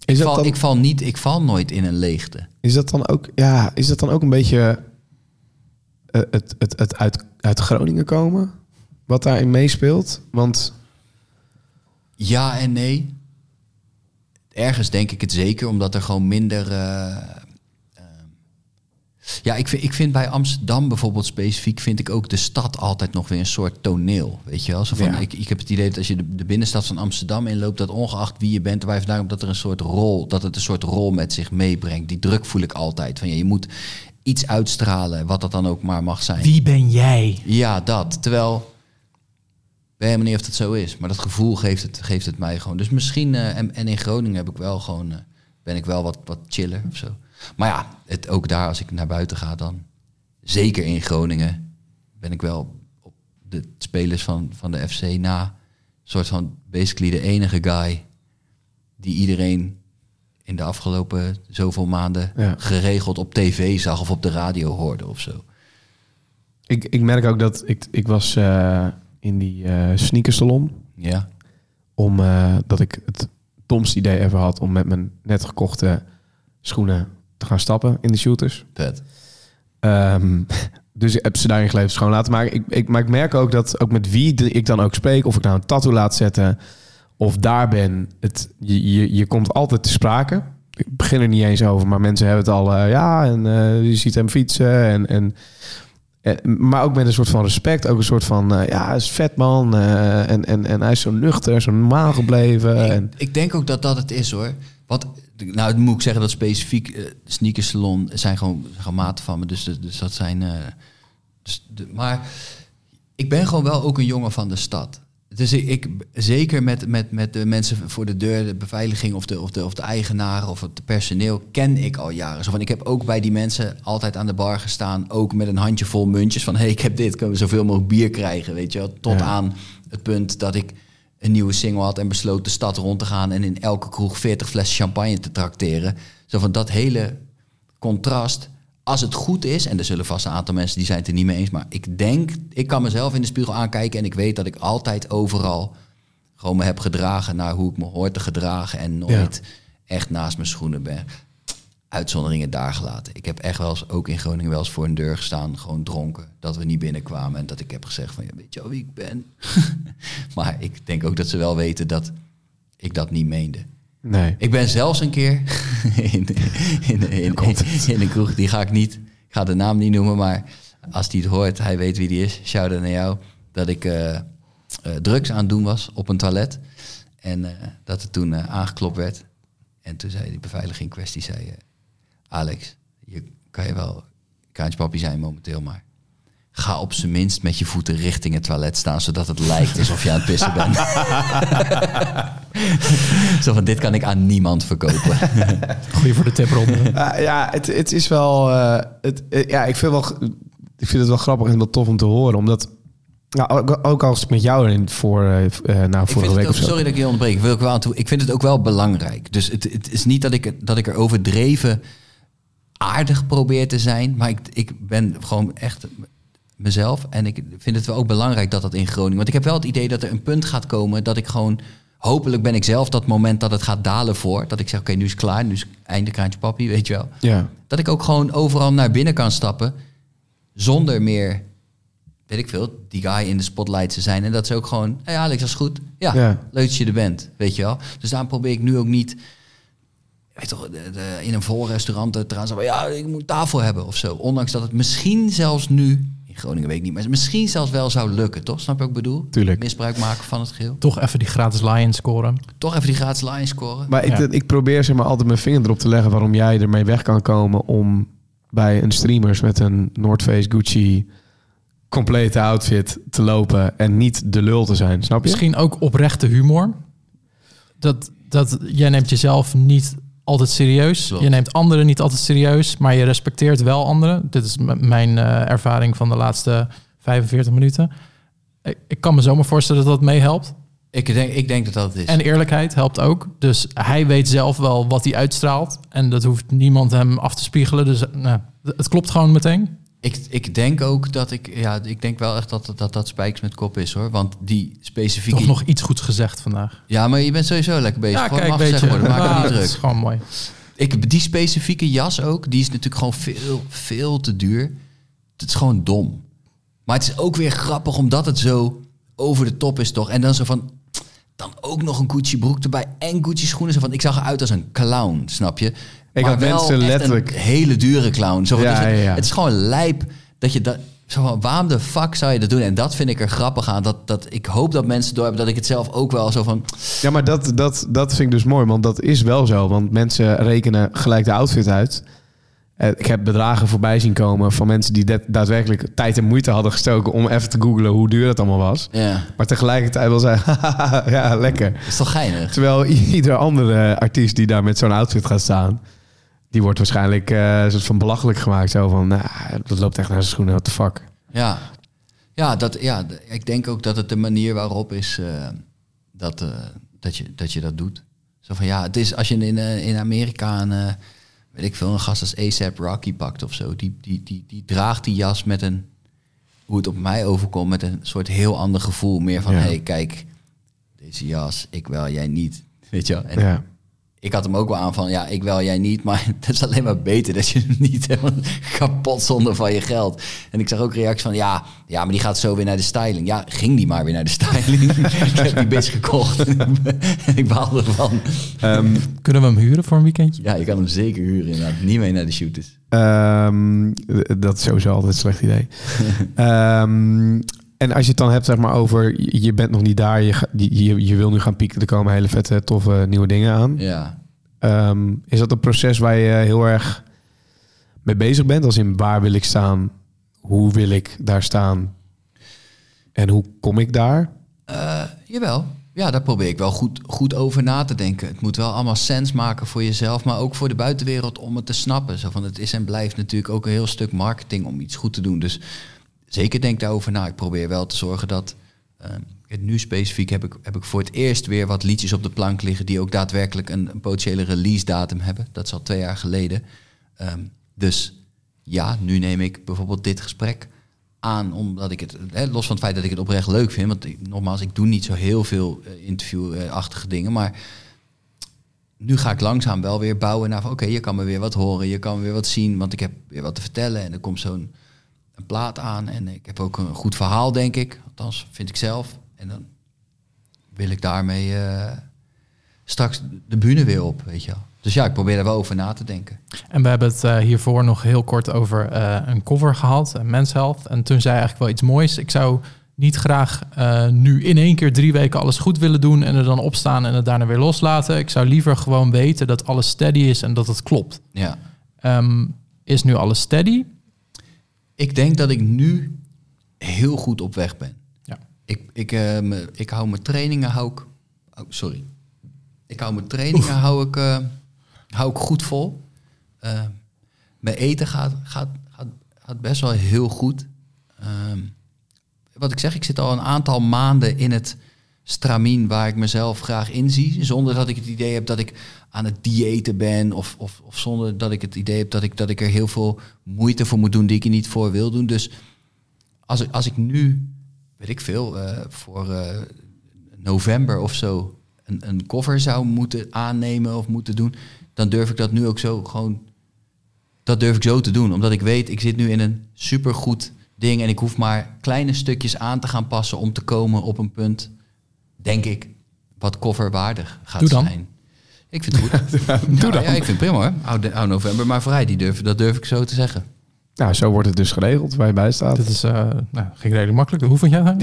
ik val nooit in een leegte. Is dat dan ook een beetje het uit Groningen komen? Wat daarin meespeelt? Want... Ja en nee. Ergens denk ik het zeker, omdat er gewoon minder... ik vind bij Amsterdam bijvoorbeeld specifiek, vind ik ook de stad altijd nog weer een soort toneel. Weet je wel? Zo van, ik heb het idee dat als je de binnenstad van Amsterdam inloopt, dat ongeacht wie je bent, waar je vandaan komt, dat het een soort rol met zich meebrengt. Die druk voel ik altijd. Van je moet iets uitstralen, wat dat dan ook maar mag zijn. Wie ben jij? Ja, dat. Terwijl, ik weet helemaal niet of dat zo is, maar dat gevoel geeft het mij gewoon. Dus misschien, en in Groningen heb ik wel gewoon, ben ik wel wat chiller of zo. Maar ja, ook daar, als ik naar buiten ga, dan zeker in Groningen ben ik wel op de spelers van de FC na soort van basically de enige guy die iedereen in de afgelopen zoveel maanden geregeld op tv zag of op de radio hoorde of zo. Ik merk ook dat ik was in die sneakersalon. Ja. Dat ik het domste idee ever had om met mijn net gekochte schoenen te gaan stappen in de shooters. Vet. Dus ik heb ze daarin geleefd schoon laten maken. Maar ik merk ook dat ook met wie ik dan ook spreek, of ik nou een tattoo laat zetten of daar ben, je komt altijd te sprake. Ik begin er niet eens over, maar mensen hebben het al, je ziet hem fietsen en maar ook met een soort van respect, ook een soort van, hij is vet man en hij is zo nuchter, zo normaal gebleven. Ik denk ook dat het is hoor. Nou, moet ik zeggen dat specifiek sneakersalon zijn gewoon maten van me. Dus dat zijn... maar ik ben gewoon wel ook een jongen van de stad. Dus ik zeker met de mensen voor de deur, de beveiliging of de eigenaren of het personeel, ken ik al jaren. Zo van, ik heb ook bij die mensen altijd aan de bar gestaan, ook met een handjevol muntjes van, ik heb dit, kunnen we zoveel mogelijk bier krijgen, weet je wel. Tot aan het punt dat ik een nieuwe single had en besloot de stad rond te gaan en in elke kroeg 40 flessen champagne te trakteren. Zo van dat hele contrast. Als het goed is, en er zullen vast een aantal mensen die zijn het er niet mee eens, maar ik kan mezelf in de spiegel aankijken en ik weet dat ik altijd overal gewoon me heb gedragen naar hoe ik me hoor te gedragen en nooit echt naast mijn schoenen ben. Uitzonderingen daar gelaten. Ik heb echt wel eens, ook in Groningen, wel eens voor een deur gestaan, gewoon dronken, dat we niet binnenkwamen en dat ik heb gezegd van, weet je wel wie ik ben? Maar ik denk ook dat ze wel weten dat ik dat niet meende. Nee. Ik ben zelfs een keer in een kroeg, ik ga de naam niet noemen, maar als die het hoort, hij weet wie die is, shout-out naar jou, dat ik drugs aan het doen was op een toilet en dat er toen aangeklopt werd. En toen zei die beveiliger in kwestie, Alex, je kan je wel kraantjespapi zijn momenteel, maar ga op zijn minst met je voeten richting het toilet staan, zodat het lijkt alsof je aan het pissen bent. Zo van, dit kan ik aan niemand verkopen. Goeie voor de tipronde. Het is wel... ik vind het wel grappig en wel tof om te horen, omdat... Nou, ook als ik met jou erin vorige week of zo. Sorry dat ik je onderbreek. Wil ik wel aan toe. Ik vind het ook wel belangrijk. Dus het is niet dat ik er overdreven aardig probeer te zijn, maar ik ben gewoon echt mezelf. En ik vind het wel ook belangrijk dat in Groningen. Want ik heb wel het idee dat er een punt gaat komen dat ik gewoon... Hopelijk ben ik zelf dat moment dat het gaat dalen voor. Dat ik zeg, oké, nu is het klaar. Nu is het einde kraantje papi, weet je wel. Ja. Dat ik ook gewoon overal naar binnen kan stappen zonder meer... weet ik veel, die guy in de spotlight te zijn. En dat is ook gewoon, hey Alex, dat is goed. Ja, leuk dat je er bent, weet je wel. Dus daarom probeer ik nu ook niet... weet toch, in een vol restaurant te gaan zeggen... ja, ik moet tafel hebben of zo. Ondanks dat het misschien zelfs nu... in Groningen weet ik niet, maar misschien zelfs wel zou lukken, toch? Snap je wat ik bedoel? Tuurlijk. Misbruik maken van het geheel. Toch even die gratis Lions scoren. Maar ik probeer zeg maar altijd mijn vinger erop te leggen... waarom jij ermee weg kan komen om bij een streamers met een North Face Gucci... complete outfit te lopen en niet de lul te zijn, snap je? Misschien ook oprechte humor. Dat jij neemt jezelf niet altijd serieus. Klopt. Je neemt anderen niet altijd serieus, maar je respecteert wel anderen. Dit is mijn ervaring van de laatste 45 minuten. Ik kan me zomaar voorstellen dat dat meehelpt. Ik denk dat dat het is. En eerlijkheid helpt ook. Dus hij weet zelf wel wat hij uitstraalt. En dat hoeft niemand hem af te spiegelen. Dus het klopt gewoon meteen. Ik denk ook dat ik denk wel echt dat spijkers met kop is, hoor. Want die specifieke... Toch nog iets goeds gezegd vandaag. Ja, maar je bent sowieso lekker bezig. Ja, gewoon kijk, mag weet zeggen je. worden, maak het niet druk. Dat is gewoon mooi. Die specifieke jas ook, die is natuurlijk gewoon veel te duur. Het is gewoon dom. Maar het is ook weer grappig, omdat het zo over de top is, toch? En dan zo van... dan ook nog een Gucci broek erbij en Gucci schoenen. Zo van, ik zag eruit als een clown, snap je? Ik had mensen letterlijk... een hele dure clown. Zo van, ja. Het is gewoon lijp dat je dat... Zo van, waarom de fuck zou je dat doen? En dat vind ik er grappig aan. Dat ik hoop dat mensen doorhebben dat ik het zelf ook wel zo van... Ja, maar dat vind ik dus mooi, want dat is wel zo. Want mensen rekenen gelijk de outfit uit. Ik heb bedragen voorbij zien komen van mensen die daadwerkelijk tijd en moeite hadden gestoken om even te googlen hoe duur het allemaal was. Ja. Maar tegelijkertijd wel zeggen, ja, lekker. Dat is toch geinig? Terwijl ieder andere artiest die daar met zo'n outfit gaat staan, die wordt waarschijnlijk soort van belachelijk gemaakt. Zo van, dat loopt echt naar zijn schoenen, what the fuck. Ja, ik denk ook dat het de manier waarop is dat je dat doet. Zo van, ja, het is als je in Amerika weet ik veel, een gast als A$AP Rocky pakt of zo. Die draagt die jas met een, hoe het op mij overkomt, met een soort heel ander gevoel. Meer van, hey, kijk, deze jas, ik wel, jij niet. Weet je wel? En ik had hem ook wel aan van, ja, ik wel, jij niet. Maar het is alleen maar beter dat je hem niet helemaal kapot zonder van je geld. En ik zag ook reacties van, ja, maar die gaat zo weer naar de styling. Ja, ging die maar weer naar de styling. Ik heb die bitch gekocht en ik baal ervan. Kunnen we hem huren voor een weekendje? Ja, je kan hem zeker huren inderdaad. Niet mee naar de shoot is. Dat is sowieso altijd een slecht idee. En als je het dan hebt zeg maar over, je bent nog niet daar, je wil nu gaan pieken, er komen hele vette, toffe nieuwe dingen aan. Ja. Is dat een proces waar je heel erg mee bezig bent? Als in, waar wil ik staan? Hoe wil ik daar staan? En hoe kom ik daar? Jawel. Ja, daar probeer ik wel goed over na te denken. Het moet wel allemaal sens maken voor jezelf, maar ook voor de buitenwereld om het te snappen. Zo van, het is en blijft natuurlijk ook een heel stuk marketing om iets goed te doen. Dus zeker denk daarover na. Ik probeer wel te zorgen dat... nu specifiek heb ik voor het eerst weer wat liedjes op de plank liggen die ook daadwerkelijk een potentiële release datum hebben. Dat is al 2 jaar geleden. Dus ja, nu neem ik bijvoorbeeld dit gesprek aan, omdat ik het, los van het feit dat ik het oprecht leuk vind, want nogmaals, ik doe niet zo heel veel interviewachtige dingen, maar nu ga ik langzaam wel weer bouwen naar van oké, je kan me weer wat horen, je kan me weer wat zien, want ik heb weer wat te vertellen en er komt zo'n plaat aan en ik heb ook een goed verhaal, denk ik, althans vind ik zelf, en dan wil ik daarmee straks de bühne weer op, weet je wel. Dus ja, ik probeer er wel over na te denken. En we hebben het hiervoor nog heel kort over een cover gehad, Men's Health. En toen zei hij eigenlijk wel iets moois. Ik zou niet graag nu in 1 keer 3 weken alles goed willen doen en er dan opstaan en het daarna weer loslaten. Ik zou liever gewoon weten dat alles steady is en dat het klopt. Ja. Is nu alles steady? Ik denk dat ik nu heel goed op weg ben. Ja. Ik hou mijn trainingen hou ik goed vol. Mijn eten gaat best wel heel goed. Wat ik zeg, ik zit al een aantal maanden in het stramien waar ik mezelf graag in zie. Zonder dat ik het idee heb dat ik aan het diëten ben. Of zonder dat ik het idee heb dat ik er heel veel moeite voor moet doen die ik er niet voor wil doen. Dus als ik nu, weet ik veel, voor november of zo een cover zou moeten aannemen of moeten doen, dan durf ik dat nu ook zo gewoon. Dat durf ik zo te doen. Omdat ik weet, ik zit nu in een supergoed ding en ik hoef maar kleine stukjes aan te gaan passen om te komen op een punt, denk ik, wat coverwaardig gaat zijn. Ik vind het goed. Doe dan. Ja, ik vind het prima hoor. Hou november maar vrij. Dat durf ik zo te zeggen. Nou, zo wordt het dus geregeld waar je bij staat. Dit is ging redelijk makkelijk. Hoe vond jij dat?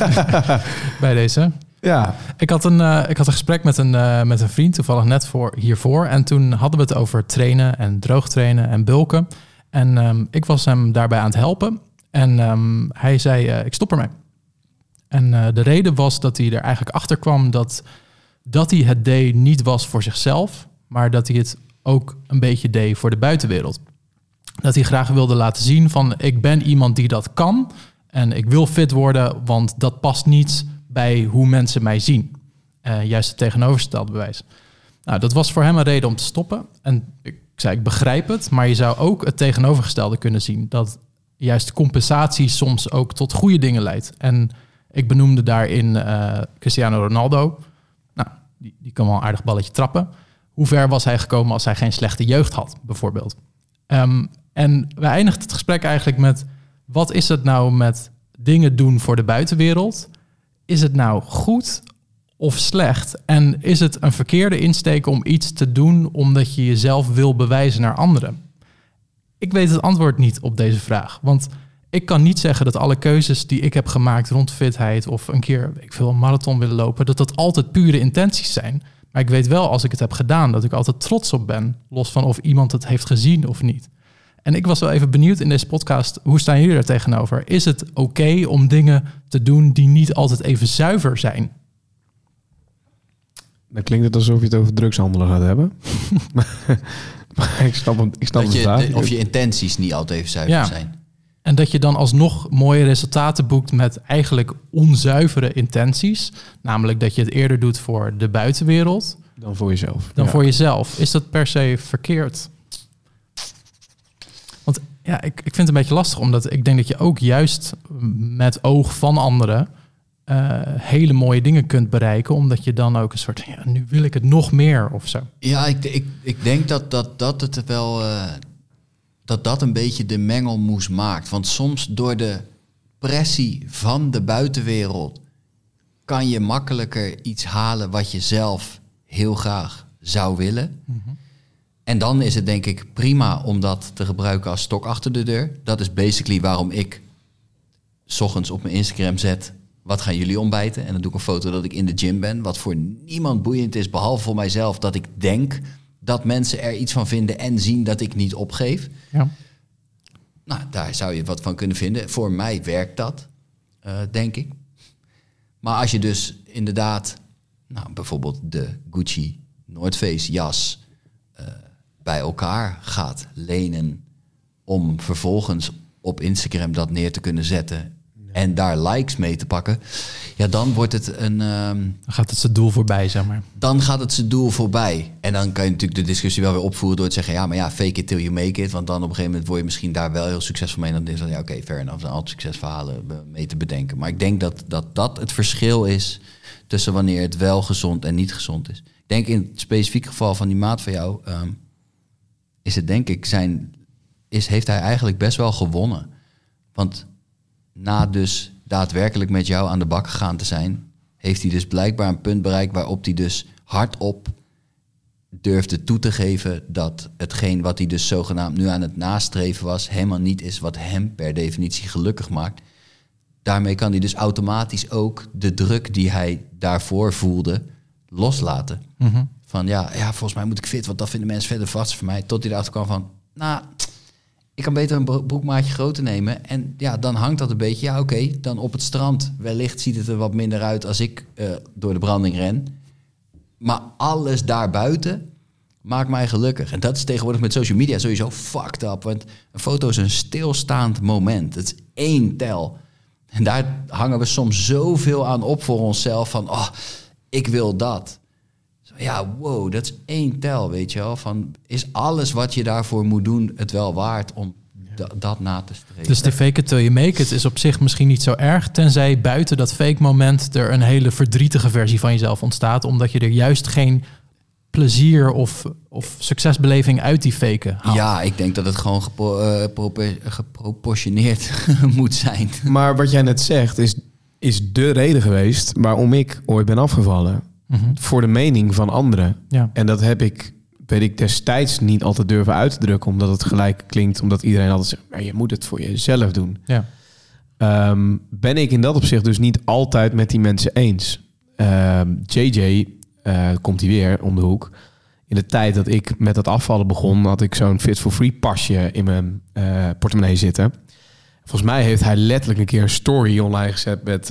Bij deze? Ja. Ik had een gesprek met een vriend, toevallig net hiervoor. En toen hadden we het over trainen en droogtrainen en bulken. En ik was hem daarbij aan het helpen. En hij zei, ik stop ermee. En de reden was dat hij er eigenlijk achter kwam dat hij het deed niet was voor zichzelf, maar dat hij het ook een beetje deed voor de buitenwereld. Dat hij graag wilde laten zien van, ik ben iemand die dat kan en ik wil fit worden, want dat past niet bij hoe mensen mij zien. Juist het tegenovergestelde bewijs. Nou, dat was voor hem een reden om te stoppen. En ik zei, ik begrijp het, maar je zou ook het tegenovergestelde kunnen zien. Dat juist compensatie soms ook tot goede dingen leidt. En ik benoemde daarin Cristiano Ronaldo. Nou, die kan wel een aardig balletje trappen. Hoe ver was hij gekomen als hij geen slechte jeugd had, bijvoorbeeld? En we eindigden het gesprek eigenlijk met, wat is het nou met dingen doen voor de buitenwereld? Is het nou goed of slecht? En is het een verkeerde insteek om iets te doen omdat je jezelf wil bewijzen naar anderen? Ik weet het antwoord niet op deze vraag. Want ik kan niet zeggen dat alle keuzes die ik heb gemaakt rond fitheid of een keer een marathon willen lopen, dat altijd pure intenties zijn. Maar ik weet wel, als ik het heb gedaan, dat ik altijd trots op ben. Los van of iemand het heeft gezien of niet. En ik was wel even benieuwd in deze podcast, hoe staan jullie daar tegenover? Is het oké om dingen te doen die niet altijd even zuiver zijn? Dan klinkt het alsof je het over drugshandelen gaat hebben. Maar ik snap het vraag. Of je intenties niet altijd even zuiver zijn. En dat je dan alsnog mooie resultaten boekt met eigenlijk onzuivere intenties. Namelijk dat je het eerder doet voor de buitenwereld. Dan voor jezelf. Voor jezelf. Is dat per se verkeerd? Want ja, ik vind het een beetje lastig. Omdat ik denk dat je ook juist met oog van anderen hele mooie dingen kunt bereiken. Omdat je dan ook een soort, nu wil ik het nog meer of zo. Ja, ik denk dat het wel dat een beetje de mengelmoes maakt. Want soms door de pressie van de buitenwereld kan je makkelijker iets halen wat je zelf heel graag zou willen. Mm-hmm. En dan is het denk ik prima om dat te gebruiken als stok achter de deur. Dat is basically waarom ik 's ochtends op mijn Instagram zet, wat gaan jullie ontbijten? En dan doe ik een foto dat ik in de gym ben. Wat voor niemand boeiend is, behalve voor mijzelf, dat ik denk dat mensen er iets van vinden en zien dat ik niet opgeef. Ja. Nou, daar zou je wat van kunnen vinden. Voor mij werkt dat, denk ik. Maar als je dus inderdaad, bijvoorbeeld de Gucci North Face jas bij elkaar gaat lenen om vervolgens op Instagram dat neer te kunnen zetten en daar likes mee te pakken, dan wordt het een... Dan gaat het zijn doel voorbij, zeg maar. Dan gaat het zijn doel voorbij. En dan kan je natuurlijk de discussie wel weer opvoeren door te zeggen, fake it till you make it. Want dan op een gegeven moment word je misschien daar wel heel succesvol mee. En dan is dat, oké, fair enough. Er zijn altijd succesverhalen mee te bedenken. Maar ik denk dat het verschil is tussen wanneer het wel gezond en niet gezond is. Ik denk in het specifieke geval van die maat van jou, is het denk ik heeft hij eigenlijk best wel gewonnen. Want na dus daadwerkelijk met jou aan de bak gegaan te zijn, heeft hij dus blijkbaar een punt bereikt waarop hij dus hardop durfde toe te geven dat hetgeen wat hij dus zogenaamd nu aan het nastreven was, helemaal niet is wat hem per definitie gelukkig maakt. daarmee kan hij dus automatisch ook de druk die hij daarvoor voelde loslaten. Mm-hmm. Van ja, volgens mij moet ik fit, want dat vinden mensen verder vast voor mij. Tot hij erachter kwam van, ik kan beter een broekmaatje groter nemen. En ja, dan hangt dat een beetje. Ja, oké, dan op het strand. Wellicht ziet het er wat minder uit als ik door de branding ren. Maar alles daarbuiten maakt mij gelukkig. En dat is tegenwoordig met social media sowieso fucked up. Want een foto is een stilstaand moment. Het is 1 tel. En daar hangen we soms zoveel aan op voor onszelf. Van, ik wil dat. Ja, wow, dat is 1 tel, weet je wel. Van, is alles wat je daarvoor moet doen het wel waard om dat na te streven? Dus de fake it till you make it is op zich misschien niet zo erg, tenzij buiten dat fake moment er een hele verdrietige versie van jezelf ontstaat, omdat je er juist geen plezier of succesbeleving uit die faken haalt. Ja, ik denk dat het gewoon geproportioneerd moet zijn. Maar wat jij net zegt is de reden geweest waarom ik ooit ben afgevallen. Mm-hmm. Voor de mening van anderen. Ja. En dat weet ik destijds niet altijd durven uit te drukken, omdat het gelijk klinkt, omdat iedereen altijd zegt, maar je moet het voor jezelf doen. Ja. Ben ik in dat opzicht dus niet altijd met die mensen eens. JJ, komt hij weer om de hoek. In de tijd dat ik met het afvallen begon, had ik zo'n Fit for Free pasje in mijn portemonnee zitten. Volgens mij heeft hij letterlijk een keer een story online gezet met,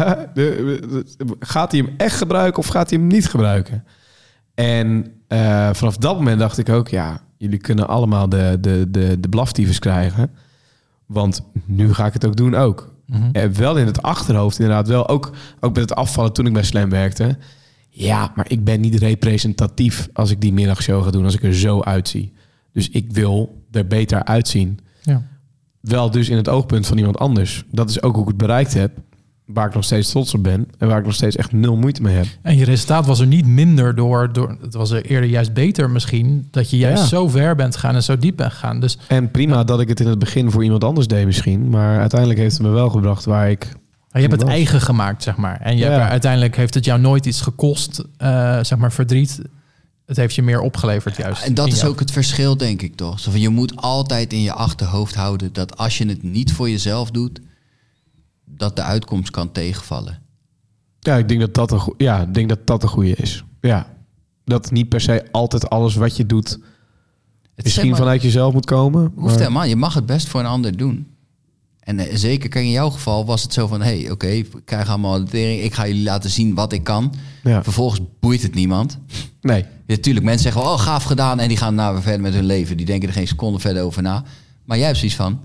gaat hij hem echt gebruiken of gaat hij hem niet gebruiken? En vanaf dat moment dacht ik ook, ja, jullie kunnen allemaal de blaftyfus krijgen. Want nu ga ik het ook doen ook. Mm-hmm. Wel in het achterhoofd inderdaad, wel ook met het afvallen toen ik bij Slam werkte. Ja, maar ik ben niet representatief als ik die middagshow ga doen, als ik er zo uitzie. Dus ik wil er beter uitzien. Ja. Wel dus in het oogpunt van iemand anders. Dat is ook hoe ik het bereikt heb. Waar ik nog steeds trots op ben. En waar ik nog steeds echt 0 moeite mee heb. En je resultaat was er niet minder door het was er eerder juist beter misschien. Dat je juist zo ver bent gegaan en zo diep bent gegaan. Dus, en prima dat ik het in het begin voor iemand anders deed misschien. Maar uiteindelijk heeft het me wel gebracht waar ik... Je hebt het eigen gemaakt, zeg maar. En uiteindelijk heeft het jou nooit iets gekost, zeg maar verdriet. Het heeft je meer opgeleverd juist. En dat is ook het verschil, denk ik toch. Zo van, je moet altijd in je achterhoofd houden dat als je het niet voor jezelf doet, dat de uitkomst kan tegenvallen. Ja, ik denk dat dat een goede is. Ja, dat niet per se altijd alles wat je doet misschien vanuit jezelf moet komen. Hoeft helemaal. Je mag het best voor een ander doen. En zeker, kijk, in jouw geval was het zo van, oké, ik krijg allemaal auditering, ik ga jullie laten zien wat ik kan. Ja. Vervolgens boeit het niemand. Nee. Natuurlijk, mensen zeggen, gaaf gedaan, en die gaan weer verder met hun leven. Die denken er geen seconde verder over na. Maar jij hebt zoiets van,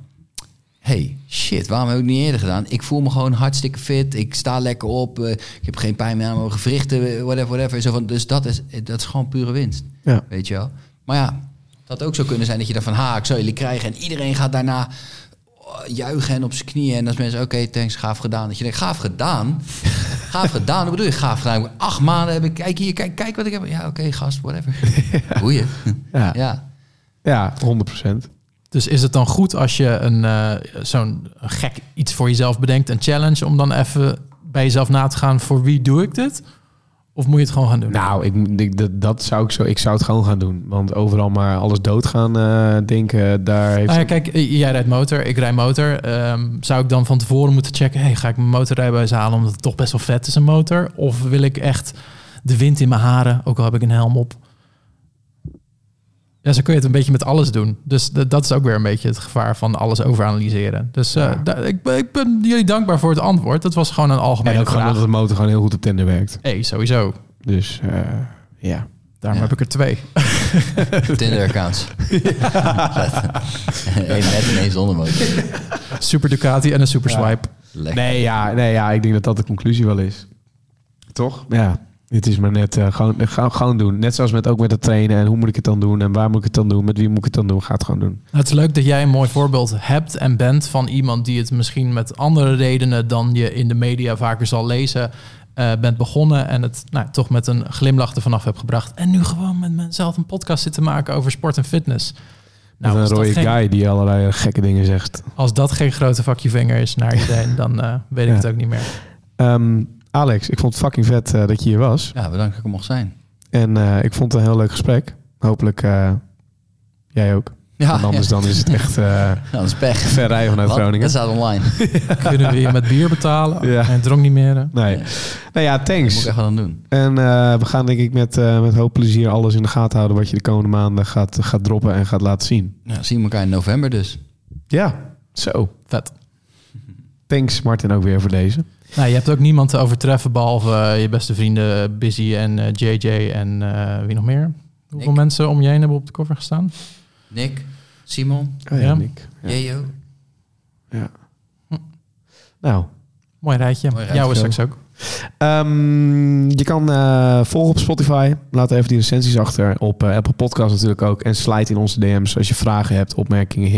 shit, waarom heb ik het niet eerder gedaan? Ik voel me gewoon hartstikke fit, ik sta lekker op, ik heb geen pijn meer aan mijn gewrichten, whatever. Zo van, dus dat is gewoon pure winst, weet je wel. Maar ja, dat ook zo kunnen zijn dat je dan ik zal jullie krijgen, en iedereen gaat daarna juichen en op zijn knieën. En als mensen, thanks, gaaf gedaan. Dat je denkt, gaaf gedaan? Gaaf gedaan? Wat bedoel je, gaaf gedaan? 8 maanden heb ik, kijk wat ik heb. Ja, gast, whatever. Boeien. Ja, 100%. Dus is het dan goed als je zo'n gek iets voor jezelf bedenkt, een challenge, om dan even bij jezelf na te gaan, voor wie doe ik dit? Of moet je het gewoon gaan doen? Nou, ik zou het gewoon gaan doen. Want overal maar alles dood gaan denken, daar heeft... Kijk, jij rijdt motor, ik rijd motor. Zou ik dan van tevoren moeten checken, ga ik mijn motorrijbewijs halen omdat het toch best wel vet is, een motor? Of wil ik echt de wind in mijn haren, ook al heb ik een helm op? Ja, zo kun je het een beetje met alles doen. Dus dat is ook weer een beetje het gevaar van alles overanalyseren. Dus ik ben jullie dankbaar voor het antwoord. Dat was gewoon een algemene vraag. En ook gewoon dat de motor gewoon heel goed op Tinder werkt. Sowieso. Dus daarom heb ik er 2. Tinder-accounts. Eén met en één zonder motor. Super Ducati en een super swipe. Nee, ik denk dat dat de conclusie wel is. Toch? Ja. Het is maar net gewoon doen. Net zoals ook met het trainen. En hoe moet ik het dan doen? En waar moet ik het dan doen? Met wie moet ik het dan doen? Ga het gewoon doen. Het is leuk dat jij een mooi voorbeeld hebt en bent van iemand die het misschien met andere redenen dan je in de media vaker zal lezen, bent begonnen en het toch met een glimlach er vanaf hebt gebracht. En nu gewoon met mezelf een podcast zit te maken over sport en fitness. Met een rode guy die allerlei gekke dingen zegt. Als dat geen grote vakje vinger is naar iedereen, dan weet ik het ook niet meer. Alex, ik vond het fucking vet dat je hier was. Ja, bedankt dat ik er mocht zijn. En ik vond het een heel leuk gesprek. Hopelijk jij ook. Ja, En anders dan is het echt dat is pech. ver rijden vanuit Groningen. Dat staat online. Kunnen we je met bier betalen? Ja. En dronk niet meer. Nee. Nou ja, Dat thanks. moet ik echt wel aan doen. En we gaan denk ik met hoop plezier alles in de gaten houden wat je de komende maanden gaat droppen en gaat laten zien. Nou, zien we elkaar in november dus. Ja, zo. Vet. Thanks Martin ook weer voor deze. Nou, je hebt ook niemand te overtreffen behalve je beste vrienden Busy en JJ en wie nog meer? Hoeveel Nick. mensen om je heen hebben op de cover gestaan? Nick, Simon, Oh, Ja. Nick. Ja. Jejo. Ja. Nou, Mooi rijtje. Mooi rijtje. Jouw is straks ook. je kan volgen op Spotify. Laat even die recensies achter. Op Apple Podcasts natuurlijk ook. En slide in onze DM's als je vragen hebt, opmerkingen,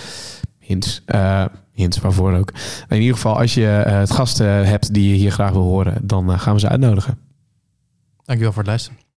hints, waarvoor ook. In ieder geval, als je het gasten hebt die je hier graag wil horen, dan gaan we ze uitnodigen. Dankjewel voor het luisteren.